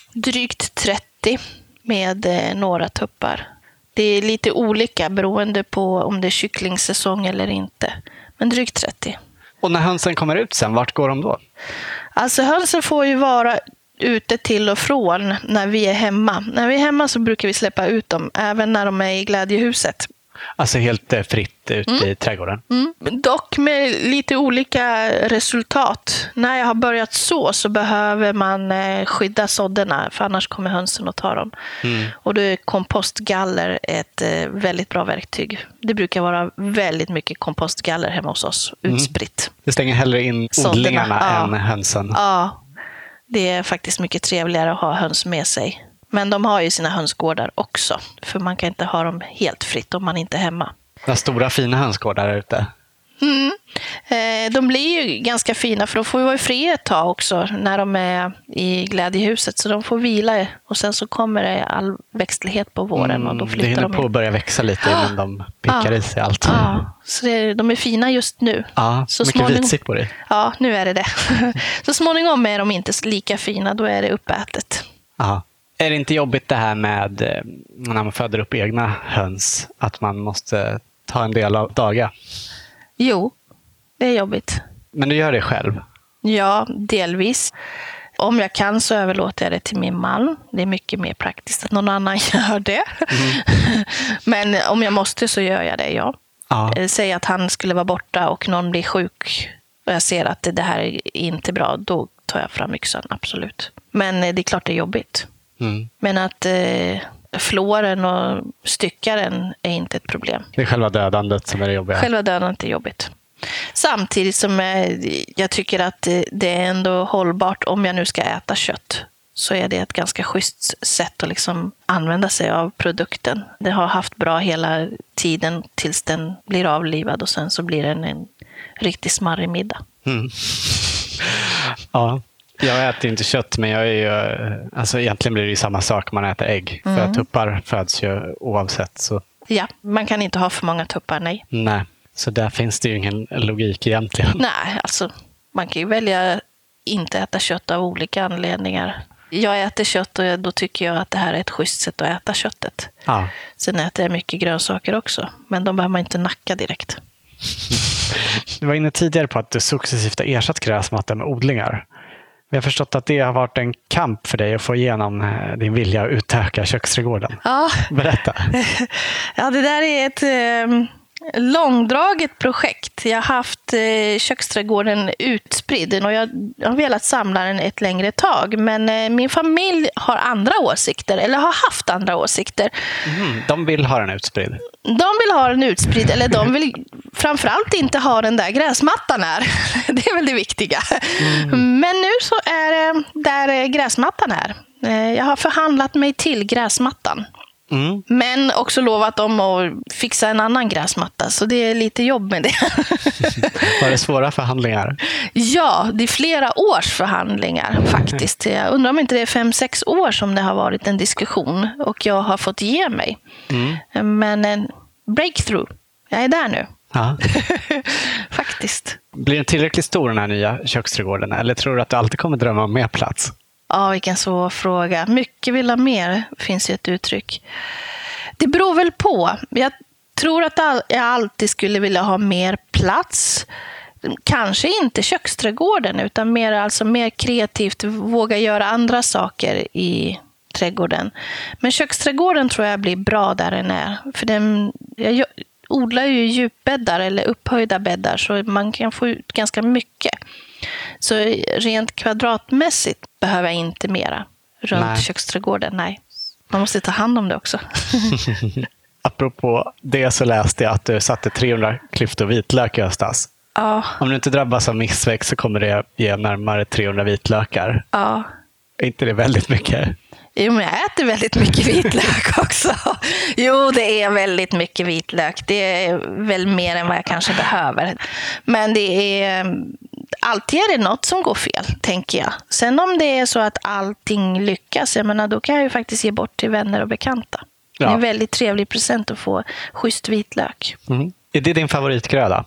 Speaker 2: Drygt trettio med eh, några tuppar. Det är lite olika beroende på om det är kycklingsäsong eller inte. Men drygt trettio.
Speaker 1: Och när hönsen kommer ut sen, vart går de då?
Speaker 2: Alltså hönsen får ju vara ute till och från när vi är hemma. När vi är hemma så brukar vi släppa ut dem, även när de är i glädjehuset.
Speaker 1: Alltså helt eh, fritt ute mm. i trädgården?
Speaker 2: Mm. Dock med lite olika resultat. När jag har börjat så så behöver man eh, skydda sådderna, för annars kommer hönsen att ta dem. Mm. Och då är kompostgaller ett eh, väldigt bra verktyg. Det brukar vara väldigt mycket kompostgaller hemma hos oss, mm. utspritt.
Speaker 1: Det stänger hellre in sådderna, odlingarna ja. än hönsen?
Speaker 2: Ja, det är faktiskt mycket trevligare att ha höns med sig. Men de har ju sina hönsgårdar också. För man kan inte ha dem helt fritt om man inte är hemma.
Speaker 1: Några stora fina hönsgårdar där ute.
Speaker 2: Mm. Eh, de blir ju ganska fina för de får ju vara i fria ett tag också när de är i glädjehuset. Så de får vila och sen så kommer det all växtlighet på våren. Mm, och då flyttar
Speaker 1: det hinner
Speaker 2: de
Speaker 1: på att börja växa lite innan de pickar
Speaker 2: ja.
Speaker 1: i sig allt.
Speaker 2: Ja, så det, de är fina just nu.
Speaker 1: Ja, så mycket småningom... vitsitt på det.
Speaker 2: Ja, nu är det det. Så småningom är de inte lika fina, då är det uppätet.
Speaker 1: Ja. Är det inte jobbigt det här med när man föder upp egna höns, att man måste ta en del av dagar?
Speaker 2: Jo, det är jobbigt.
Speaker 1: Men du gör det själv?
Speaker 2: Ja, delvis. Om jag kan så överlåter jag det till min man. Det är mycket mer praktiskt att någon annan gör det. Mm. Men om jag måste så gör jag det, ja. ja. Säg att han skulle vara borta och någon blir sjuk och jag ser att det här är inte bra, då tar jag fram yxan, absolut. Men det är klart det är jobbigt. Mm. Men att eh, flåren och styckaren är inte ett problem.
Speaker 1: Det är själva dödandet som är det jobbiga.
Speaker 2: Själva dödandet är jobbigt. Samtidigt som jag, jag tycker att det är ändå hållbart om jag nu ska äta kött. Så är det ett ganska schysst sätt att liksom använda sig av produkten. Det har haft bra hela tiden tills den blir avlivad och sen så blir den en riktigt smarrig middag. Mm.
Speaker 1: Ja. Jag äter inte kött, men jag är ju, alltså egentligen blir det ju samma sak om man äter ägg. Mm. För att tuppar föds ju oavsett. Så.
Speaker 2: Ja, man kan inte ha för många tuppar, nej.
Speaker 1: Nej, så där finns det ju ingen logik egentligen.
Speaker 2: Nej, alltså man kan ju välja inte äta kött av olika anledningar. Jag äter kött och då tycker jag att det här är ett schysst sätt att äta köttet. Ja. Sen äter jag mycket grönsaker också, men de behöver man inte nacka direkt.
Speaker 1: Du var inne tidigare på att du successivt har ersatt gräsmattan med odlingar. Vi har förstått att det har varit en kamp för dig att få igenom din vilja att utöka köksträdgården. Ja. Berätta.
Speaker 2: Ja, det där är ett eh, långdraget projekt. Jag har haft eh, köksträdgården utspridd och jag har velat samla den ett längre tag. Men eh, min familj har andra åsikter, eller har haft andra åsikter.
Speaker 1: Mm, de vill ha den utspridd.
Speaker 2: De vill ha den utspridd, eller de vill framförallt inte ha den där gräsmattan här. Det är väl det viktiga. Mm. Men nu så är det där gräsmattan är. Jag har förhandlat mig till gräsmattan. Mm. Men också lovat dem att fixa en annan gräsmatta. Så det är lite jobb med det.
Speaker 1: Var det svåra förhandlingar?
Speaker 2: Ja, det är flera års förhandlingar faktiskt. Jag undrar om inte det är fem, sex år som det har varit en diskussion. Och jag har fått ge mig. Mm. Men en breakthrough. Jag är där nu. Ja. Faktiskt.
Speaker 1: Blir den tillräckligt stor den här nya köksträdgården? Eller tror du att du alltid kommer drömma om mer plats?
Speaker 2: Ja, vilken svår fråga. Mycket vill ha mer, finns ju ett uttryck. Det beror väl på. Jag tror att jag alltid skulle vilja ha mer plats. Kanske inte köksträdgården, utan mer, alltså mer kreativt. Våga göra andra saker i trädgården. Men köksträdgården tror jag blir bra där den är. För den, jag odlar ju djupbäddar eller upphöjda bäddar, så man kan få ut ganska mycket. Så rent kvadratmässigt behöver jag inte mera runt nej. köksträdgården. Nej, man måste ta hand om det också.
Speaker 1: Apropå det så läste jag att du satte trehundra klyftor vitlök i höstas.
Speaker 2: Ja.
Speaker 1: Om du inte drabbas av missväxt så kommer det ge närmare trehundra vitlökar.
Speaker 2: Ja.
Speaker 1: Är inte det väldigt mycket?
Speaker 2: Jo, men jag äter väldigt mycket vitlök också. Jo, det är väldigt mycket vitlök. Det är väl mer än vad jag kanske behöver. Men det är, alltid är det något som går fel, tänker jag. Sen om det är så att allting lyckas, jag menar, då kan jag ju faktiskt ge bort till vänner och bekanta. Ja. Det är en väldigt trevlig present att få schysst vitlök.
Speaker 1: Mm. Är det din favoritgröda?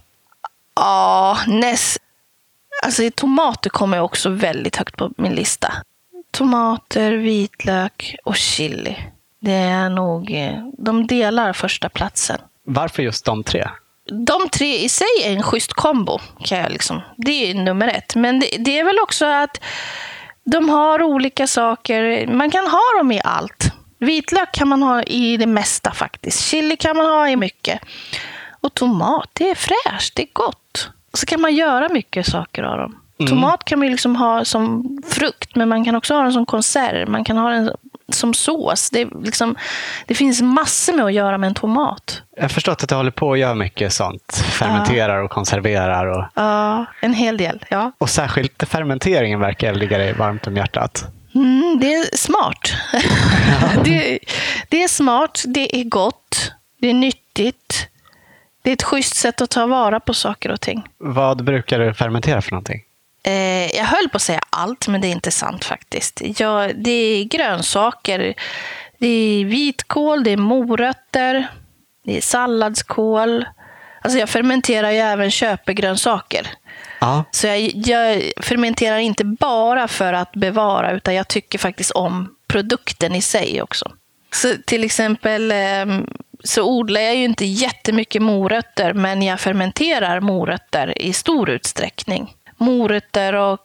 Speaker 2: Ja, näst. Alltså tomater kommer också väldigt högt på min lista. Tomater, vitlök och chili. Det är nog, de delar första platsen.
Speaker 1: Varför just de tre?
Speaker 2: De tre i sig är en schysst kombo. Kan jag liksom, det är nummer ett. Men det, det är väl också att de har olika saker. Man kan ha dem i allt. Vitlök kan man ha i det mesta faktiskt. Chili kan man ha i mycket. Och tomat, det är fräscht, det är gott. Och så kan man göra mycket saker av dem. Mm. Tomat kan man liksom ha som frukt, men man kan också ha den som konserv. Man kan ha den som sås. Det, är liksom, det finns massor med att göra med en tomat.
Speaker 1: Jag har förstått att du håller på att göra mycket sånt. Fermenterar ja. och konserverar. Och...
Speaker 2: Ja, en hel del. Ja.
Speaker 1: Och särskilt fermenteringen verkar ligga dig varmt om hjärtat.
Speaker 2: Mm, det är smart. Ja. det, det är smart, det är gott, det är nyttigt. Det är ett schysst sätt att ta vara på saker och ting.
Speaker 1: Vad brukar du fermentera för någonting?
Speaker 2: Eh, jag höll på att säga allt, men det är inte sant faktiskt. Jag, det är grönsaker, det är vitkål, det är morötter, det är salladskål. Alltså jag fermenterar ju även köpegrönsaker. Ja. Så jag, jag fermenterar inte bara för att bevara, utan jag tycker faktiskt om produkten i sig också. Så till exempel så odlar jag ju inte jättemycket morötter, men jag fermenterar morötter i stor utsträckning. Morötter och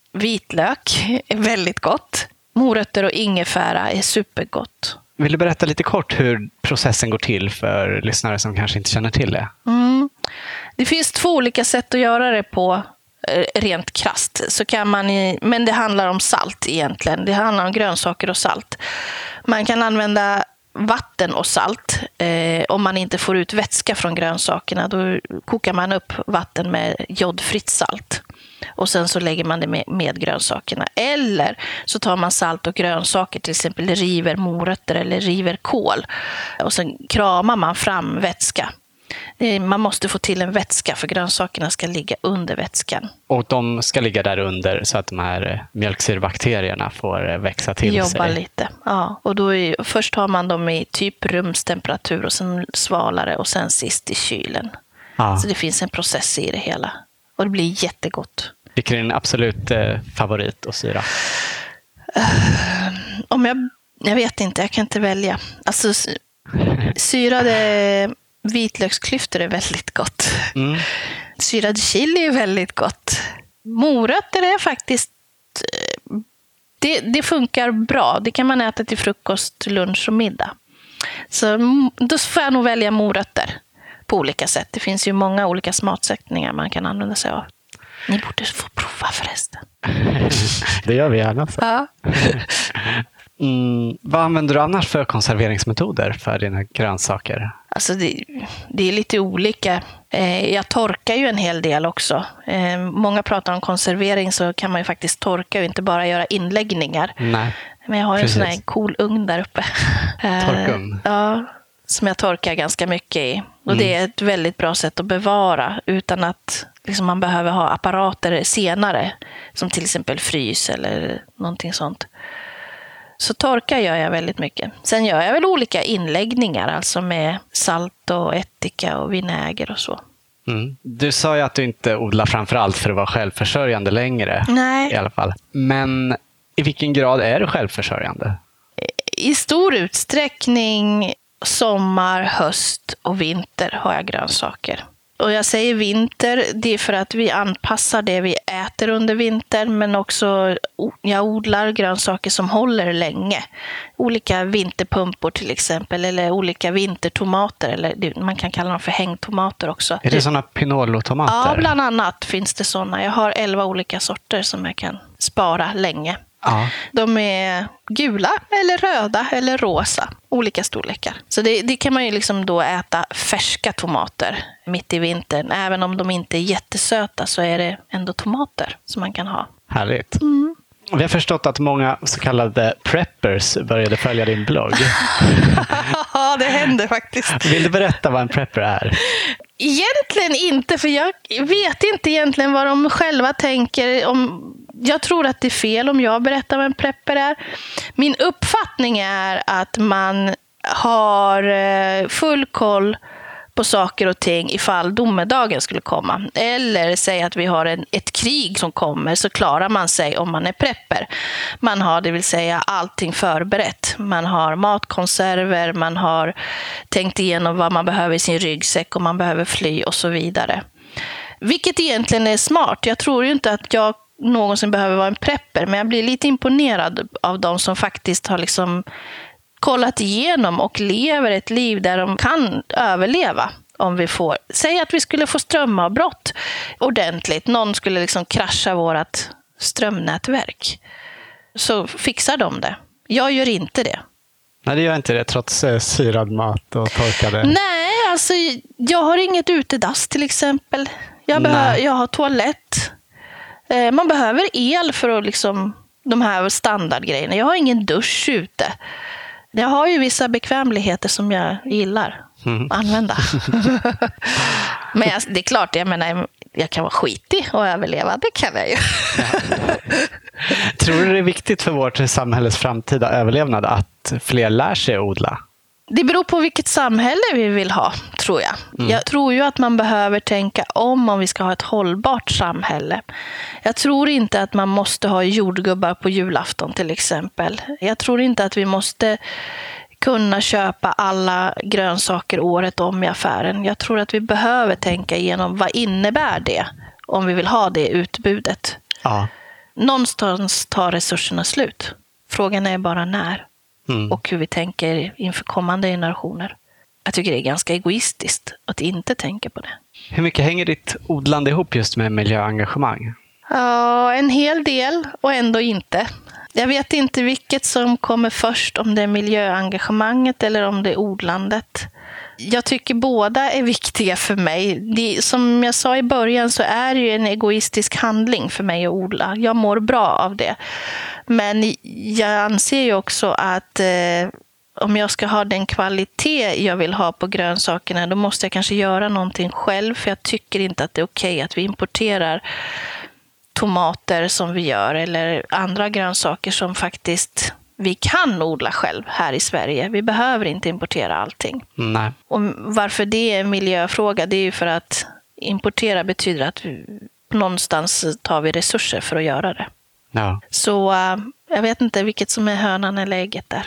Speaker 2: vitlök är väldigt gott. Morötter och ingefära är supergott.
Speaker 1: Vill du berätta lite kort hur processen går till för lyssnare som kanske inte känner till det?
Speaker 2: Mm. Det finns två olika sätt att göra det på, rent krasst. Så kan man, men det handlar om salt egentligen. Det handlar om grönsaker och salt. Man kan använda vatten och salt. Eh, om man inte får ut vätska från grönsakerna, då kokar man upp vatten med jodfritt salt. Och sen så lägger man det med, med grönsakerna. Eller så tar man salt och grönsaker, till exempel river morötter eller river kål. Och sen kramar man fram vätska. Man måste få till en vätska, för grönsakerna ska ligga under vätskan.
Speaker 1: Och de ska ligga där under så att de här mjölksyrabakterierna får växa till
Speaker 2: Jobba
Speaker 1: sig.
Speaker 2: Jobba lite, ja. Och då är, först har man dem i typ rumstemperatur och sen svalare och sen sist i kylen. Ja. Så det finns en process i det hela. Och det blir jättegott.
Speaker 1: Vilken är din absolut eh, favorit att syra?
Speaker 2: Uh, om jag, jag vet inte, jag kan inte välja. Alltså syrade vitlöksklyftor är väldigt gott. Mm. Syrad chili är väldigt gott. Morötter är faktiskt... Det, det funkar bra. Det kan man äta till frukost, lunch och middag. Så då får jag nog välja morötter på olika sätt. Det finns ju många olika smaksättningar man kan använda sig av. Ni borde få prova förresten.
Speaker 1: Det gör vi gärna. Så.
Speaker 2: Ja.
Speaker 1: Mm, vad använder du annars för konserveringsmetoder för dina grönsaker?
Speaker 2: Alltså det, det är lite olika. Eh, jag torkar ju en hel del också. Eh, många pratar om konservering, så kan man ju faktiskt torka och inte bara göra inläggningar. Nej, men jag har ju en sån här cool ugn där uppe. Eh,
Speaker 1: Torkugn?
Speaker 2: Ja, som jag torkar ganska mycket i. Och mm. det är ett väldigt bra sätt att bevara utan att liksom, man behöver ha apparater senare. Som till exempel frys eller någonting sånt. Så torka gör jag väldigt mycket. Sen gör jag väl olika inläggningar, alltså med salt och ättika och vinäger och så.
Speaker 1: Mm. Du sa ju att du inte odlar framförallt för att vara självförsörjande längre.
Speaker 2: Nej.
Speaker 1: I alla fall. Men i vilken grad är du självförsörjande?
Speaker 2: I stor utsträckning sommar, höst och vinter har jag grönsaker. Och jag säger vinter, det är för att vi anpassar det vi äter under vintern, men också jag odlar grönsaker som håller länge. Olika vinterpumpor till exempel, eller olika vintertomater, eller man kan kalla dem för hängtomater också.
Speaker 1: Är det sådana Pinolo-tomater?
Speaker 2: Ja, bland annat finns det sådana. Jag har elva olika sorter som jag kan spara länge. Ja. De är gula eller röda eller rosa, olika storlekar. Så det, det kan man ju liksom då äta färska tomater mitt i vintern. Även om de inte är jättesöta så är det ändå tomater som man kan ha.
Speaker 1: Härligt.
Speaker 2: Mm.
Speaker 1: Vi har förstått att många så kallade preppers började följa din blogg.
Speaker 2: Ja, det hände faktiskt.
Speaker 1: Vill du berätta vad en prepper är?
Speaker 2: Egentligen inte, för jag vet inte egentligen vad de själva tänker. Om, jag tror att det är fel om jag berättar vad en prepper är. Min uppfattning är att man har full koll på saker och ting ifall domedagen skulle komma. Eller säga att vi har en, ett krig som kommer, så klarar man sig om man är prepper. Man har, det vill säga, allting förberett. Man har matkonserver, man har tänkt igenom vad man behöver i sin ryggsäck, om man behöver fly och så vidare. Vilket egentligen är smart. Jag tror ju inte att jag någonsin behöver vara en prepper, men jag blir lite imponerad av de som faktiskt har liksom kollat igenom och lever ett liv där de kan överleva. Om vi får, säg att vi skulle få strömavbrott ordentligt, någon skulle liksom krascha vårt strömnätverk, så fixar de det. Jag gör inte det.
Speaker 1: Nej, det gör inte det, trots eh, syrad mat och torkade.
Speaker 2: Nej, alltså jag har inget utedass till exempel. Jag, behö- jag har toalett. Eh, man behöver el för att liksom, de här standardgrejerna. Jag har ingen dusch ute. Jag har ju vissa bekvämligheter som jag gillar mm. att använda. Men jag, det är klart, jag menar, jag kan vara skitig och överleva. Det kan jag ju.
Speaker 1: Tror du det är viktigt för vårt samhälles framtida överlevnad att fler lär sig att odla?
Speaker 2: Det beror på vilket samhälle vi vill ha, tror jag. Mm. Jag tror ju att man behöver tänka om om vi ska ha ett hållbart samhälle. Jag tror inte att man måste ha jordgubbar på julafton till exempel. Jag tror inte att vi måste kunna köpa alla grönsaker året om i affären. Jag tror att vi behöver tänka igenom vad innebär det om vi vill ha det utbudet.
Speaker 1: Ja.
Speaker 2: Någonstans tar resurserna slut. Frågan är bara när. Mm. Och hur vi tänker inför kommande generationer. Jag tycker det är ganska egoistiskt att inte tänka på det.
Speaker 1: Hur mycket hänger ditt odlande ihop just med miljöengagemang?
Speaker 2: Ja, en hel del och ändå inte. Jag vet inte vilket som kommer först, om det är miljöengagemanget eller om det är odlandet. Jag tycker båda är viktiga för mig. Det, som jag sa i början, så är det ju en egoistisk handling för mig att odla. Jag mår bra av det. Men jag anser ju också att eh, om jag ska ha den kvalitet jag vill ha på grönsakerna, då måste jag kanske göra någonting själv. För jag tycker inte att det är okej att vi importerar tomater som vi gör, eller andra grönsaker som faktiskt vi kan odla själv här i Sverige. Vi behöver inte importera allting.
Speaker 1: Nej.
Speaker 2: Och varför det är en miljöfråga, det är ju för att importera betyder att vi, någonstans tar vi resurser för att göra det.
Speaker 1: Ja.
Speaker 2: Så uh, jag vet inte vilket som är hönan eller ägget där.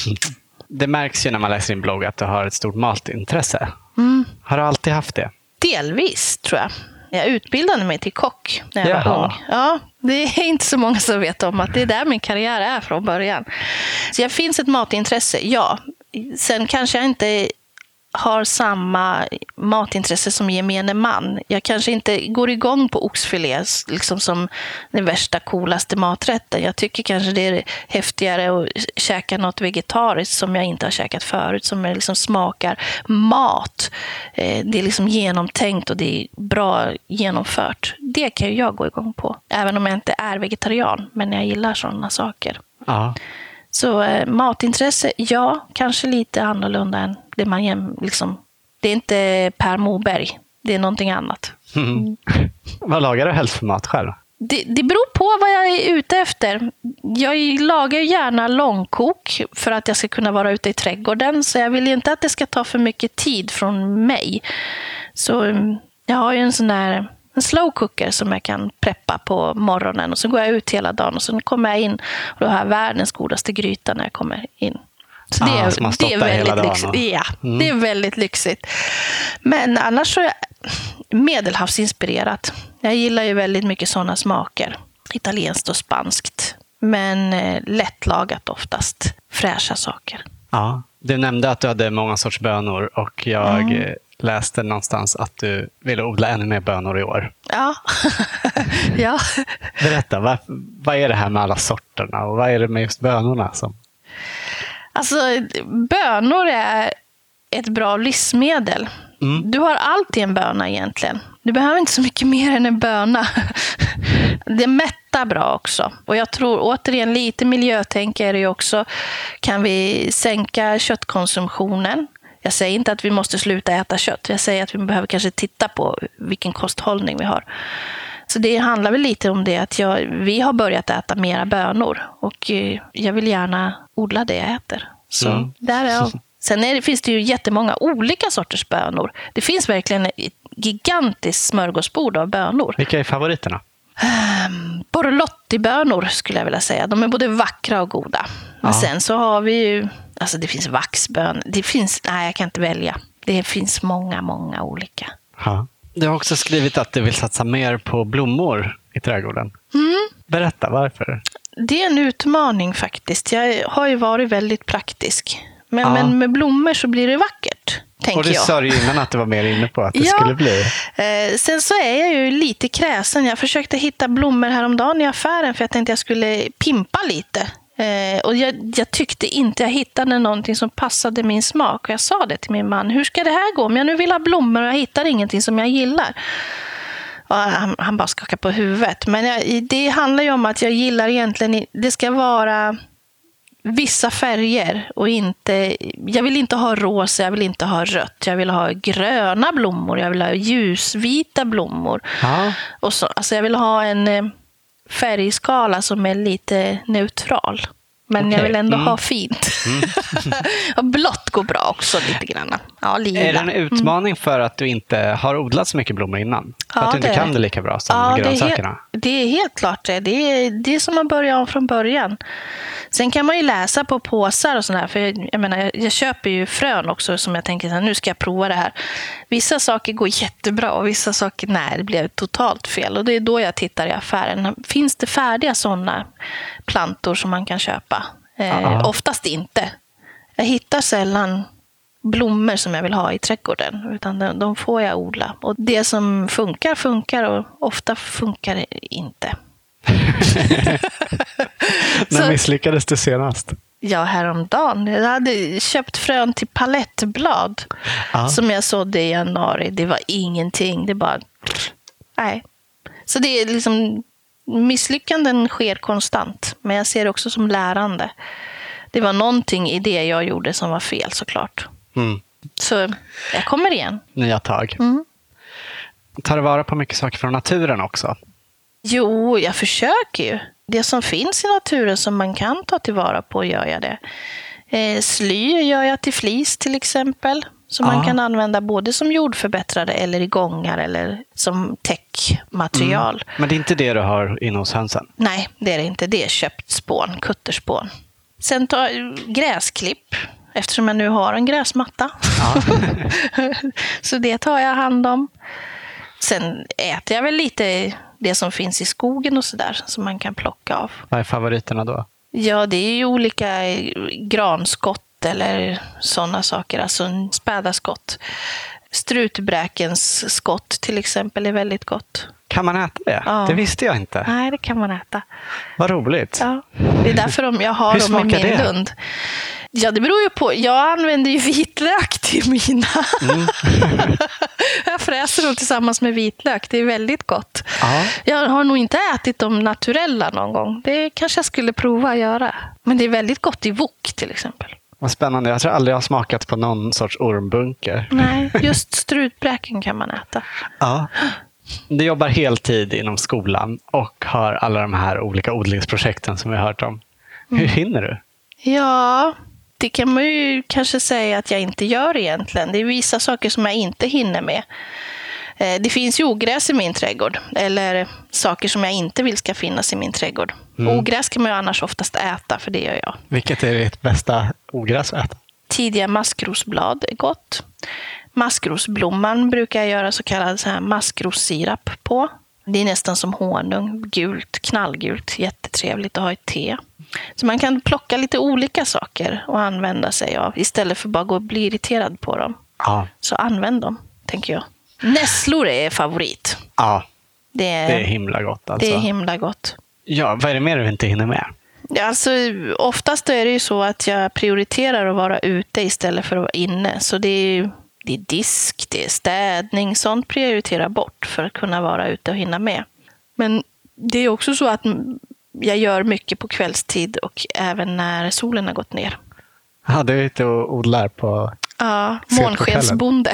Speaker 1: Det märks ju när man läser din blogg att du har ett stort matintresse.
Speaker 2: Mm.
Speaker 1: Har du alltid haft det?
Speaker 2: Delvis, tror jag. Jag utbildade mig till kock när jag
Speaker 1: Jaha.
Speaker 2: var ung. Ja, det är inte så många som vet om att det är där min karriär är från början. Så jag finns ett matintresse, ja. Sen kanske jag inte har samma matintresse som gemene man. Jag kanske inte går igång på oxfilé liksom som den värsta, coolaste maträtten. Jag tycker kanske det är häftigare att käka något vegetariskt som jag inte har käkat förut, som liksom smakar mat. Det är liksom genomtänkt och det är bra genomfört. Det kan ju jag gå igång på. Även om jag inte är vegetarian, men jag gillar sådana saker.
Speaker 1: Ja.
Speaker 2: Så eh, matintresse, ja, kanske lite annorlunda än det man jäm, liksom. Det är inte Per Moberg, det är någonting annat.
Speaker 1: Mm. Vad lagar du helst för mat själv?
Speaker 2: Det, det beror på vad jag är ute efter. Jag lagar gärna långkok för att jag ska kunna vara ute i trädgården. Så jag vill inte att det ska ta för mycket tid från mig. Så jag har ju en sån där en slow cooker som jag kan preppa på morgonen. Och så går jag ut hela dagen och så kommer jag in och då har jag världens godaste gryta när jag kommer in. Så det,
Speaker 1: ah,
Speaker 2: är, det är väldigt lyxigt. Ja, mm. det är väldigt lyxigt. Men annars så är jag medelhavsinspirerat. Jag gillar ju väldigt mycket sådana smaker. Italienskt och spanskt. Men eh, lättlagat oftast. Fräscha saker.
Speaker 1: Ja, du nämnde att du hade många sorts bönor och jag mm. läste någonstans att du ville odla ännu mer bönor i år.
Speaker 2: Ja. ja.
Speaker 1: Berätta, vad, vad är det här med alla sorterna och vad är det med just bönorna som...
Speaker 2: Alltså, bönor är ett bra livsmedel. Mm. Du har alltid en böna egentligen. Du behöver inte så mycket mer än en böna. Det mättar bra också. Och jag tror återigen lite miljötänk är det ju också. Kan vi sänka köttkonsumtionen? Jag säger inte att vi måste sluta äta kött. Jag säger att vi behöver kanske titta på vilken kosthållning vi har. Så det handlar väl lite om det att jag, vi har börjat äta mera bönor. Och jag vill gärna odla det jag äter. Så mm. där är jag. Sen är det, finns det ju jättemånga olika sorters bönor. Det finns verkligen ett gigantiskt smörgåsbord av bönor.
Speaker 1: Vilka är favoriterna?
Speaker 2: Um, Borlotti-bönor skulle jag vilja säga. De är både vackra och goda. Men ja. Sen så har vi ju... Alltså det finns vaxbön. Det finns... Nej, jag kan inte välja. Det finns många, många olika.
Speaker 1: Ja. Du har också skrivit att du vill satsa mer på blommor i trädgården.
Speaker 2: Mm.
Speaker 1: Berätta, varför?
Speaker 2: Det är en utmaning faktiskt. Jag har ju varit väldigt praktisk. Men,
Speaker 1: ja.
Speaker 2: men med blommor så blir det vackert, tänker jag.
Speaker 1: Och du sa ju innan att du var mer inne på att det
Speaker 2: ja.
Speaker 1: skulle bli.
Speaker 2: Eh, sen så är jag ju lite kräsen. Jag försökte hitta blommor häromdagen i affären för jag tänkte jag skulle pimpa lite. Eh, och jag, jag tyckte inte jag hittade någonting som passade min smak. Och jag sa det till min man. Hur ska det här gå? Om jag nu vill ha blommor och jag hittar ingenting som jag gillar. Och han, han bara skakar på huvudet. Men jag, det handlar ju om att jag gillar egentligen... Det ska vara... vissa färger och inte, jag vill inte ha rosa, jag vill inte ha rött, jag vill ha gröna blommor, jag vill ha ljusvita blommor. Ja. Och så, alltså jag vill ha en färgskala som är lite neutral. Men okay. jag vill ändå mm. ha fint. Mm. Och blått går bra också lite grann. Ja, lila.
Speaker 1: Är det en utmaning för att du inte har odlat så mycket blommor innan? För
Speaker 2: ja,
Speaker 1: att du inte
Speaker 2: det.
Speaker 1: kan det lika bra som
Speaker 2: ja,
Speaker 1: grönsakerna?
Speaker 2: Det är, helt, det är helt klart det. Det är, det är som att börja om från början. Sen kan man ju läsa på påsar och sådär. För jag, jag menar, jag, jag köper ju frön också som jag tänker att nu ska jag prova det här. Vissa saker går jättebra och vissa saker, nej, det blir totalt fel. Och det är då jag tittar i affären. Finns det färdiga sådana plantor som man kan köpa? Eh, oftast inte. Jag hittar sällan blommor som jag vill ha i trädgården. Utan de, de får jag odla. Och det som funkar, funkar och ofta funkar det inte.
Speaker 1: När misslyckades du senast?
Speaker 2: Ja, häromdagen. Jag hade köpt frön till palettblad ah. som jag sådde i januari. Det var ingenting. Det bara... Nej. Så det är liksom... Misslyckanden sker konstant. Men jag ser det också som lärande. Det var någonting i det jag gjorde som var fel såklart. Mm. Så jag kommer igen.
Speaker 1: Nya tag. Mm. Tar du vara på mycket saker från naturen också?
Speaker 2: Jo, jag försöker ju. Det som finns i naturen som man kan ta tillvara på gör jag det. Eh, sly gör jag till flis till exempel. Som ja. man kan använda både som jordförbättrare eller i gångar eller som täckmaterial. Mm.
Speaker 1: Men det är inte det du har inne hos hönsen?
Speaker 2: Nej, det är det inte. Det är köpt spån, kutterspån. Sen tar gräsklipp. Eftersom jag nu har en gräsmatta. Ja. Så det tar jag hand om. Sen äter jag väl lite det som finns i skogen och sådär som man kan plocka av.
Speaker 1: Vad är favoriterna då?
Speaker 2: Ja, det är ju olika granskott eller sådana saker, alltså späda skott. Strutbräkens skott till exempel är väldigt gott.
Speaker 1: Kan man äta det? Ja. Det visste jag inte.
Speaker 2: Nej, det kan man äta.
Speaker 1: Vad roligt.
Speaker 2: Ja, det är därför de, jag har dem i min det? lund. Ja, det beror ju på. Jag använder ju vitlök till mina. Mm. Jag fräser dem tillsammans med vitlök. Det är väldigt gott. Aha. Jag har nog inte ätit dem naturella någon gång. Det kanske jag skulle prova att göra. Men det är väldigt gott i wok till exempel.
Speaker 1: Vad spännande. Jag tror aldrig jag har smakat på någon sorts ormbunker.
Speaker 2: Nej, just strutbräken kan man äta.
Speaker 1: Ja. Du jobbar heltid inom skolan och har alla de här olika odlingsprojekten som vi har hört om. Hur mm. hinner du?
Speaker 2: Ja, det kan man ju kanske säga att jag inte gör egentligen. Det är vissa saker som jag inte hinner med. Det finns ju ogräs i min trädgård. Eller saker som jag inte vill ska finnas i min trädgård. Mm. Ogräs kan man ju annars oftast äta, för det gör jag.
Speaker 1: Vilket är ditt bästa ogräs att äta?
Speaker 2: Tidiga maskrosblad är gott. Maskrosblomman brukar jag göra så kallad så här maskrossirap på. Det är nästan som honung, gult, knallgult, jättetrevligt att ha i te. Så man kan plocka lite olika saker och använda sig av istället för bara gå och bli irriterad på dem. Ja. Så använd dem, tänker jag. Nässlor är favorit.
Speaker 1: Ja,
Speaker 2: det är,
Speaker 1: det är himla gott alltså.
Speaker 2: Det är himla gott.
Speaker 1: Ja, vad är det mer du inte hinner med?
Speaker 2: Alltså, oftast är det ju så att jag prioriterar att vara ute istället för att vara inne. Så det är, det är disk, det är städning, sånt prioriterar bort för att kunna vara ute och hinna med. Men det är också så att jag gör mycket på kvällstid och även när solen har gått ner.
Speaker 1: Ja, du är ute och odlar på
Speaker 2: Ja, månskensbonde.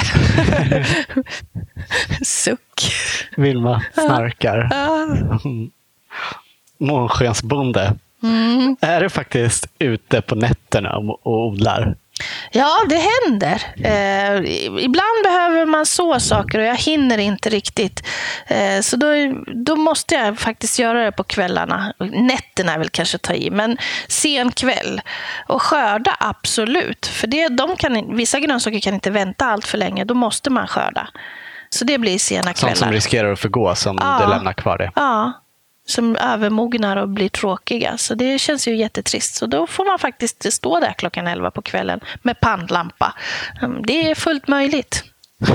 Speaker 2: Suck.
Speaker 1: Vilma snarkar.
Speaker 2: Ja.
Speaker 1: Månskensbonde.
Speaker 2: Mm.
Speaker 1: Är du faktiskt ute på nätterna och odlar?
Speaker 2: Ja, det händer. Eh, ibland behöver man så saker och jag hinner inte riktigt. Eh, så då, då måste jag faktiskt göra det på kvällarna. Nätterna vill kanske ta i, men sen kväll. Och skörda, absolut. För det, de kan, vissa grönsaker kan inte vänta allt för länge. Då måste man skörda. Så det blir sena kvällar.
Speaker 1: Sånt som riskerar att förgå som
Speaker 2: ja.
Speaker 1: du lämnar kvar det.
Speaker 2: Ja, som övermognar och blir tråkiga. Så det känns ju jättetrist. Så då får man faktiskt stå där klockan elva på kvällen med pannlampa. Det är fullt möjligt.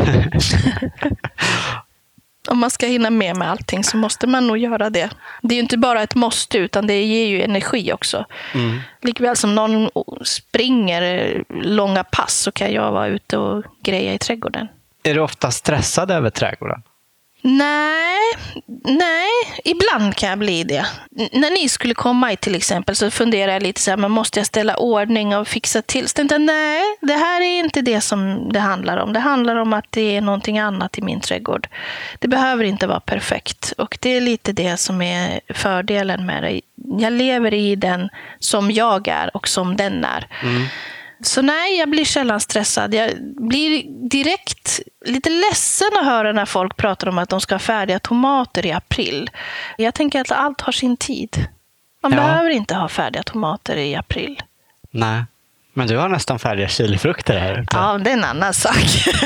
Speaker 2: Om man ska hinna med med allting så måste man nog göra det. Det är ju inte bara ett måste utan det ger ju energi också. Mm. Likväl som någon springer långa pass så kan jag vara ute och greja i trädgården.
Speaker 1: Är du ofta stressad över trädgården?
Speaker 2: Nej, nej, ibland kan jag bli det. N- när ni skulle komma i till exempel så funderar jag lite så här, men måste jag ställa ordning och fixa till? Så tänkte jag, nej, det här är inte det som det handlar om. Det handlar om att det är någonting annat i min trädgård. Det behöver inte vara perfekt och det är lite det som är fördelen med det. Jag lever i den som jag är och som den är. Mm. Så nej, jag blir sällan stressad. Jag blir direkt lite ledsen att höra när folk pratar om att de ska ha färdiga tomater i april. Jag tänker att allt har sin tid. Man ja. behöver inte ha färdiga tomater i april.
Speaker 1: Nej, men du har nästan färdiga chilifrukter här ute.
Speaker 2: Ja, det är en annan sak.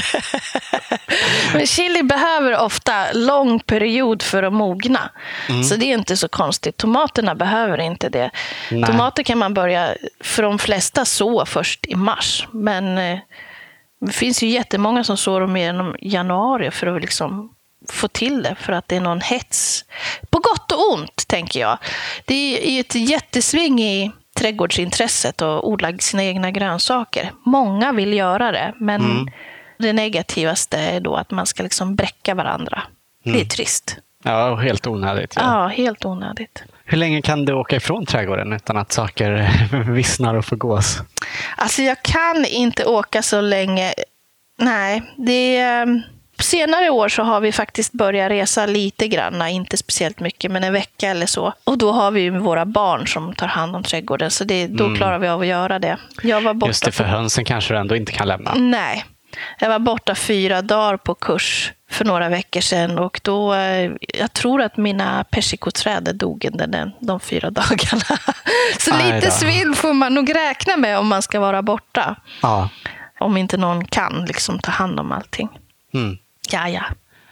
Speaker 2: Men chili behöver ofta lång period för att mogna. Mm. Så det är inte så konstigt. Tomaterna behöver inte det. Nej. Tomater kan man börja för de flesta så först i mars. Men eh, det finns ju jättemånga som sår dem i januari för att liksom få till det. För att det är någon hets. På gott och ont, tänker jag. Det är ett jättesving i trädgårdsintresset och odla sina egna grönsaker. Många vill göra det, men mm. det negativaste är då att man ska liksom bräcka varandra. Mm. Det är trist.
Speaker 1: Ja, och helt onödigt. Ja.
Speaker 2: ja, helt onödigt.
Speaker 1: Hur länge kan du åka ifrån trädgården utan att saker vissnar och förgås?
Speaker 2: Alltså jag kan inte åka så länge. Nej, det är... Senare år så har vi faktiskt börjat resa lite grann, inte speciellt mycket, men en vecka eller så. Och då har vi ju våra barn som tar hand om trädgården, så det, då mm. klarar vi av att göra det. Jag var borta.
Speaker 1: Just det, för hönsen kanske du ändå inte kan lämna.
Speaker 2: Nej, jag var borta fyra dagar på kurs för några veckor sedan och då, jag tror att mina persikoträd dog under den, de fyra dagarna. Så
Speaker 1: Aj
Speaker 2: lite
Speaker 1: då.
Speaker 2: svinn får man nog räkna med om man ska vara borta.
Speaker 1: Ja.
Speaker 2: Om inte någon kan liksom ta hand om allting.
Speaker 1: Mm.
Speaker 2: Ja, ja.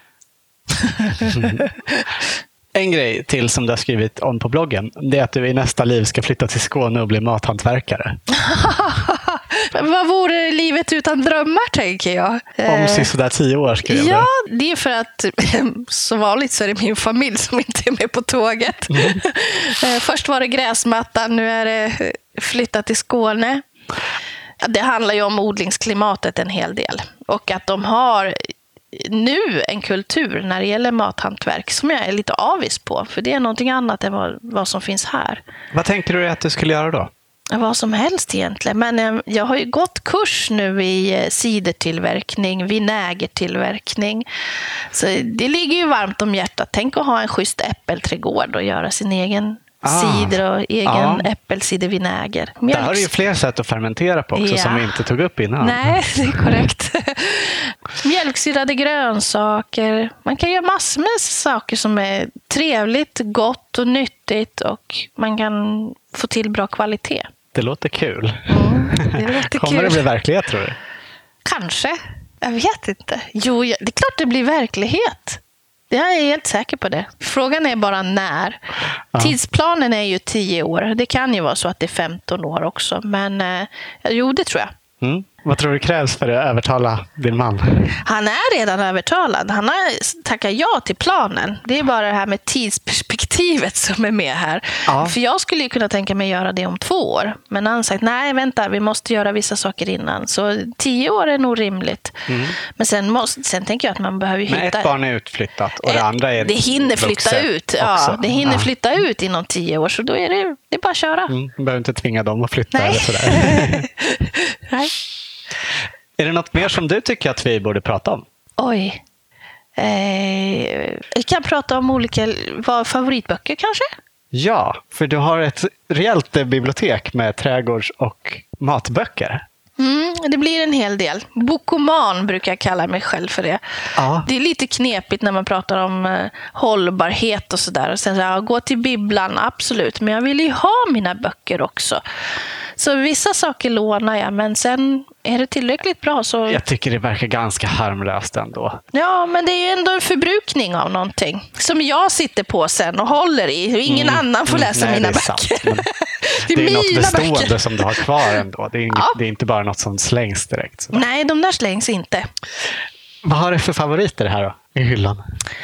Speaker 1: En grej till som du har skrivit om på bloggen, det är att du i nästa liv ska flytta till Skåne och bli mathantverkare.
Speaker 2: Vad vore livet utan drömmar, tänker jag.
Speaker 1: Om sådär tio år skrev
Speaker 2: Ja, du. Det är för att som vanligt så är det min familj som inte är med på tåget. Mm. Först var det gräsmattan, nu är det flytta till Skåne. Det handlar ju om odlingsklimatet en hel del. Och att de har nu en kultur när det gäller mathantverk som jag är lite avis på. För det är någonting annat än vad, vad som finns här.
Speaker 1: Vad tänkte du att du skulle göra då?
Speaker 2: Vad som helst egentligen. Men jag har ju gått kurs nu i cidertillverkning, vinägertillverkning. Så det ligger ju varmt om hjärtat. Tänk att ha en schysst äppelträdgård och göra sin egen ah, cider och egen ja. äppelcidervinäger. Mjölks...
Speaker 1: Där har du ju fler sätt att fermentera på också ja. som vi inte tog upp innan.
Speaker 2: Nej, det är korrekt. Mjölksyrade grönsaker. Man kan göra massor med saker som är trevligt, gott och nyttigt och man kan få till bra kvalitet.
Speaker 1: Det låter kul.
Speaker 2: Mm, det låter
Speaker 1: Kommer
Speaker 2: kul.
Speaker 1: det bli verklighet, tror du?
Speaker 2: Kanske. Jag vet inte. Jo, det är klart det blir verklighet. Jag är helt säker på det. Frågan är bara när. Ja. Tidsplanen är ju tio år. Det kan ju vara så att det är femton år också. Men eh, jo, det tror jag.
Speaker 1: Mm. Vad tror du krävs för att övertala din man?
Speaker 2: Han är redan övertalad. Han har tackat ja till planen. Det är bara det här med tidsperspektivet som är med här. Ja. För jag skulle ju kunna tänka mig göra det om två år. Men han har sagt, nej vänta, vi måste göra vissa saker innan. Så tio år är nog rimligt. Mm. Men sen, måste, sen tänker jag att man behöver hitta...
Speaker 1: Men ett barn är utflyttat och det andra är...
Speaker 2: Det hinner flytta ut. Ja, det hinner ja. flytta ut inom tio år. Så då är det, det är bara att köra.
Speaker 1: Mm, man behöver inte tvinga dem att flytta.
Speaker 2: Nej.
Speaker 1: Eller sådär.
Speaker 2: Nej.
Speaker 1: Är det något mer som du tycker att vi borde prata om?
Speaker 2: Oj. Eh, vi kan prata om olika vad, favoritböcker kanske?
Speaker 1: Ja, för du har ett rejält bibliotek med trädgårds- och matböcker.
Speaker 2: Mm, det blir en hel del. Bokoman brukar jag kalla mig själv för det.
Speaker 1: Ja.
Speaker 2: Det är lite knepigt när man pratar om eh, hållbarhet och sådär. Och sen så, ja, gå till bibblan, absolut. Men jag vill ju ha mina böcker också. Så vissa saker lånar jag, men sen är det tillräckligt bra så...
Speaker 1: Jag tycker det verkar ganska harmlöst ändå.
Speaker 2: Ja, men det är ju ändå en förbrukning av någonting som jag sitter på sen och håller i. Och ingen mm. annan får läsa
Speaker 1: mm, nej,
Speaker 2: mina
Speaker 1: det är
Speaker 2: böcker.
Speaker 1: Sant,
Speaker 2: det är,
Speaker 1: det är något bestående
Speaker 2: böcker.
Speaker 1: Som du har kvar ändå. Det är, inget,
Speaker 2: ja.
Speaker 1: det är inte bara något som slängs direkt. Så.
Speaker 2: Nej, de där slängs inte.
Speaker 1: Vad har du för favoriter här då, i hyllan?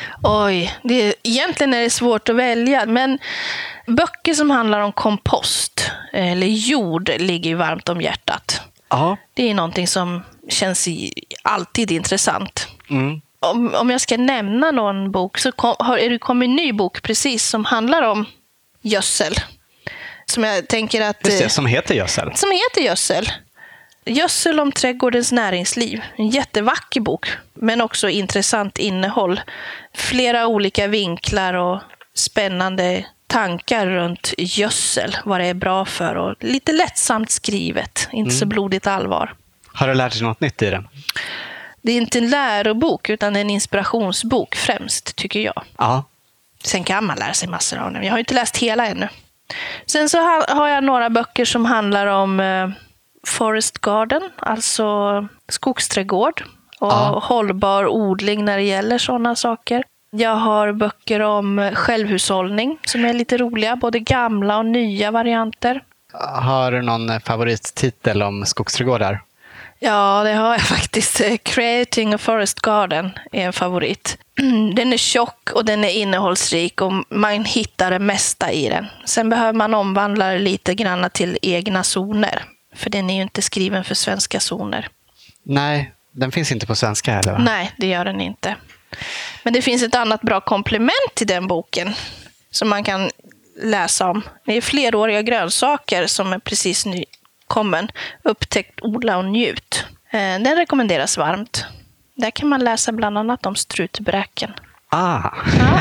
Speaker 2: Oj, det är, egentligen är det svårt att välja. Men böcker som handlar om kompost eller jord ligger ju varmt om hjärtat.
Speaker 1: Ja.
Speaker 2: Det är någonting som känns alltid intressant.
Speaker 1: Mm.
Speaker 2: Om, om jag ska nämna någon bok så kom, har är det kommit en ny bok precis som handlar om gödsel. Som jag tänker att...
Speaker 1: Just det, som heter gödsel.
Speaker 2: Som heter gödsel. Gödsel om trädgårdens näringsliv. En jättevacker bok, men också intressant innehåll. Flera olika vinklar och spännande tankar runt gödsel. Vad det är bra för och lite lättsamt skrivet. Inte mm. så blodigt allvar.
Speaker 1: Har du lärt dig något nytt i den?
Speaker 2: Det är inte en lärobok utan en inspirationsbok främst, tycker jag.
Speaker 1: Ja.
Speaker 2: Sen kan man lära sig massor av den. Jag har inte läst hela ännu. Sen så har jag några böcker som handlar om forest garden, alltså skogsträdgård och ja. hållbar odling när det gäller sådana saker. Jag har böcker om självhushållning som är lite roliga, både gamla och nya varianter.
Speaker 1: Har du någon favorittitel om skogsträdgårdar?
Speaker 2: Ja, det har jag faktiskt. Creating a Forest Garden är en favorit. Den är tjock och den är innehållsrik och man hittar det mesta i den. Sen behöver man omvandla det lite grann till egna zoner. För den är ju inte skriven för svenska zoner.
Speaker 1: Nej, den finns inte på svenska heller, va?
Speaker 2: Nej, det gör den inte. Men det finns ett annat bra komplement till den boken som man kan läsa om. Det är fleråriga grönsaker som är precis nykommen. Upptäckt, odla och njut. Den rekommenderas varmt. Där kan man läsa bland annat om strutbräken.
Speaker 1: Ah.
Speaker 2: Ja.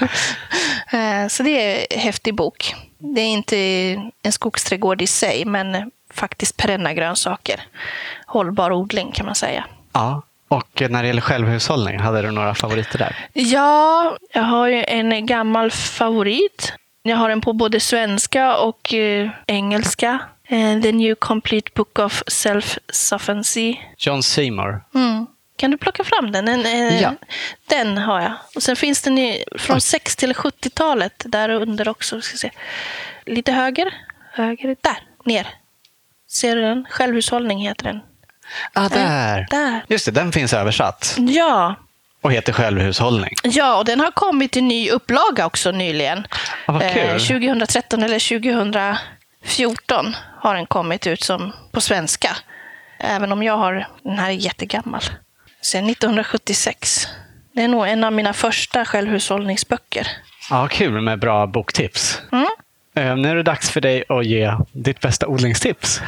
Speaker 2: Så det är en häftig bok. Det är inte en skogsträdgård i sig, men faktiskt perenna grönsaker. Hållbar odling kan man säga.
Speaker 1: Ja, och när det gäller självhushållning, hade du några favoriter där?
Speaker 2: Ja, jag har ju en gammal favorit. Jag har den på både svenska och eh, engelska. Eh, The New Complete Book of Self-Sufficiency.
Speaker 1: John Seymour.
Speaker 2: Mm. Kan du plocka fram den? En, en,
Speaker 1: ja.
Speaker 2: Den har jag. Och sen finns den i, från sextio- till sjuttiotalet där under också. Ska se. Lite höger. Höger. Där. Ner. Ser du den? Självhushållning heter den.
Speaker 1: Ah, där.
Speaker 2: där.
Speaker 1: Just det, den finns översatt.
Speaker 2: Ja.
Speaker 1: Och heter självhushållning.
Speaker 2: Ja, och den har kommit i ny upplaga också nyligen.
Speaker 1: Ah, vad kul.
Speaker 2: Eh, tjugohundratretton eller tjugohundrafjorton har den kommit ut som på svenska. Även om jag har, den här är jättegammal. Sen nittonhundrasjuttiosex. Det är nog en av mina första självhushållningsböcker.
Speaker 1: Ja, kul med bra boktips.
Speaker 2: Mm.
Speaker 1: Eh, nu är det dags för dig att ge ditt bästa odlingstips.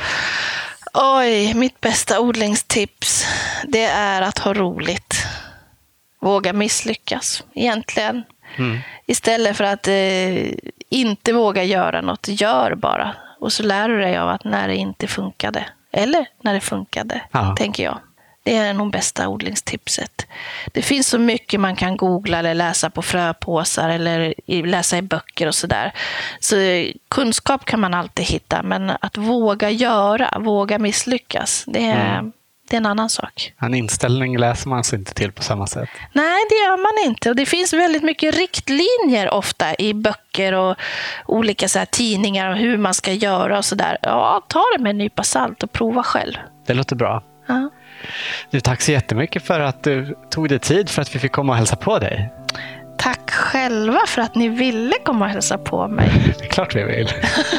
Speaker 2: Oj, mitt bästa odlingstips, det är att ha roligt. Våga misslyckas, egentligen. Mm. Istället för att eh, inte våga göra något, gör bara. Och så lär du dig av att när det inte funkade. Eller när det funkade, ja. tänker jag. Det är nog bästa odlingstipset. Det finns så mycket man kan googla eller läsa på fröpåsar eller läsa i böcker och sådär. Så kunskap kan man alltid hitta, men att våga göra, våga misslyckas, det är, mm. det är en annan sak.
Speaker 1: En inställning läser man sig inte till på samma sätt.
Speaker 2: Nej, det gör man inte. Och det finns väldigt mycket riktlinjer ofta i böcker och olika så här tidningar och hur man ska göra och sådär. Ja, ta det med en nypa salt och prova själv.
Speaker 1: Det låter bra.
Speaker 2: Ja.
Speaker 1: Du, tack så jättemycket för att du tog dig tid för att vi fick komma och hälsa på dig.
Speaker 2: Tack själva för att ni ville komma och hälsa på mig.
Speaker 1: Det är klart vi vill.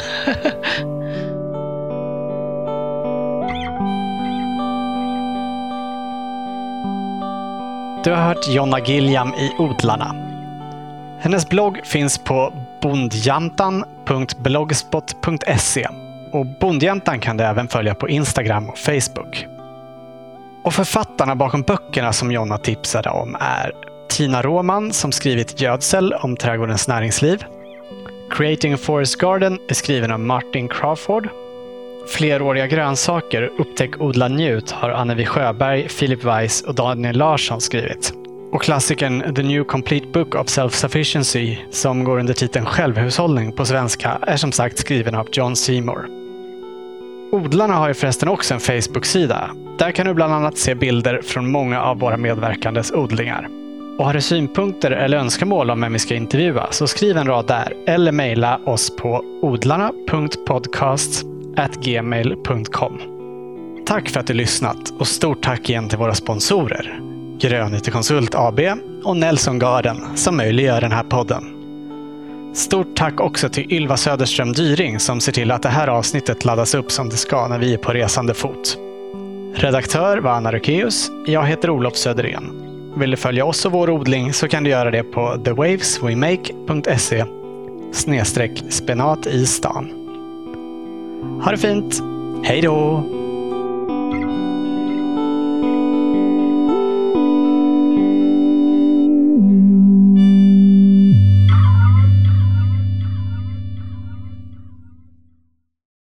Speaker 1: Du har hört Jonna Gilliam i Odlarna. Hennes blogg finns på bondjantan punkt blogspot punkt se och Bondjantan kan du även följa på Instagram och Facebook. Och författarna bakom böckerna som Jonna tipsade om är Tina Roman som skrivit Gödsel om trädgårdens näringsliv. Creating a Forest Garden är skriven av Martin Crawford. Fleråriga grönsaker, upptäck, odla, njut har Annevi Sjöberg, Philip Weiss och Daniel Larsson skrivit. Och klassikern The New Complete Book of Self-Sufficiency, som går under titeln Självhushållning på svenska, är som sagt skriven av John Seymour. Odlarna har ju förresten också en Facebook-sida. Där kan du bland annat se bilder från många av våra medverkandes odlingar. Och har du synpunkter eller önskemål om vem vi ska intervjua så skriv en rad där eller mejla oss på odlarna punkt podcast at gmail punkt com. Tack för att du lyssnat och stort tack igen till våra sponsorer Grönytekonsult A B och Nelson Garden som möjliggör den här podden. Stort tack också till Ylva Söderström Dyring som ser till att det här avsnittet laddas upp som det ska när vi är på resande fot. Redaktör var Anna Rökeus, jag heter Olof Söderén. Vill du följa oss och vår odling så kan du göra det på the waves we make punkt se snedstreck spenat i stan. Ha det fint, hej då!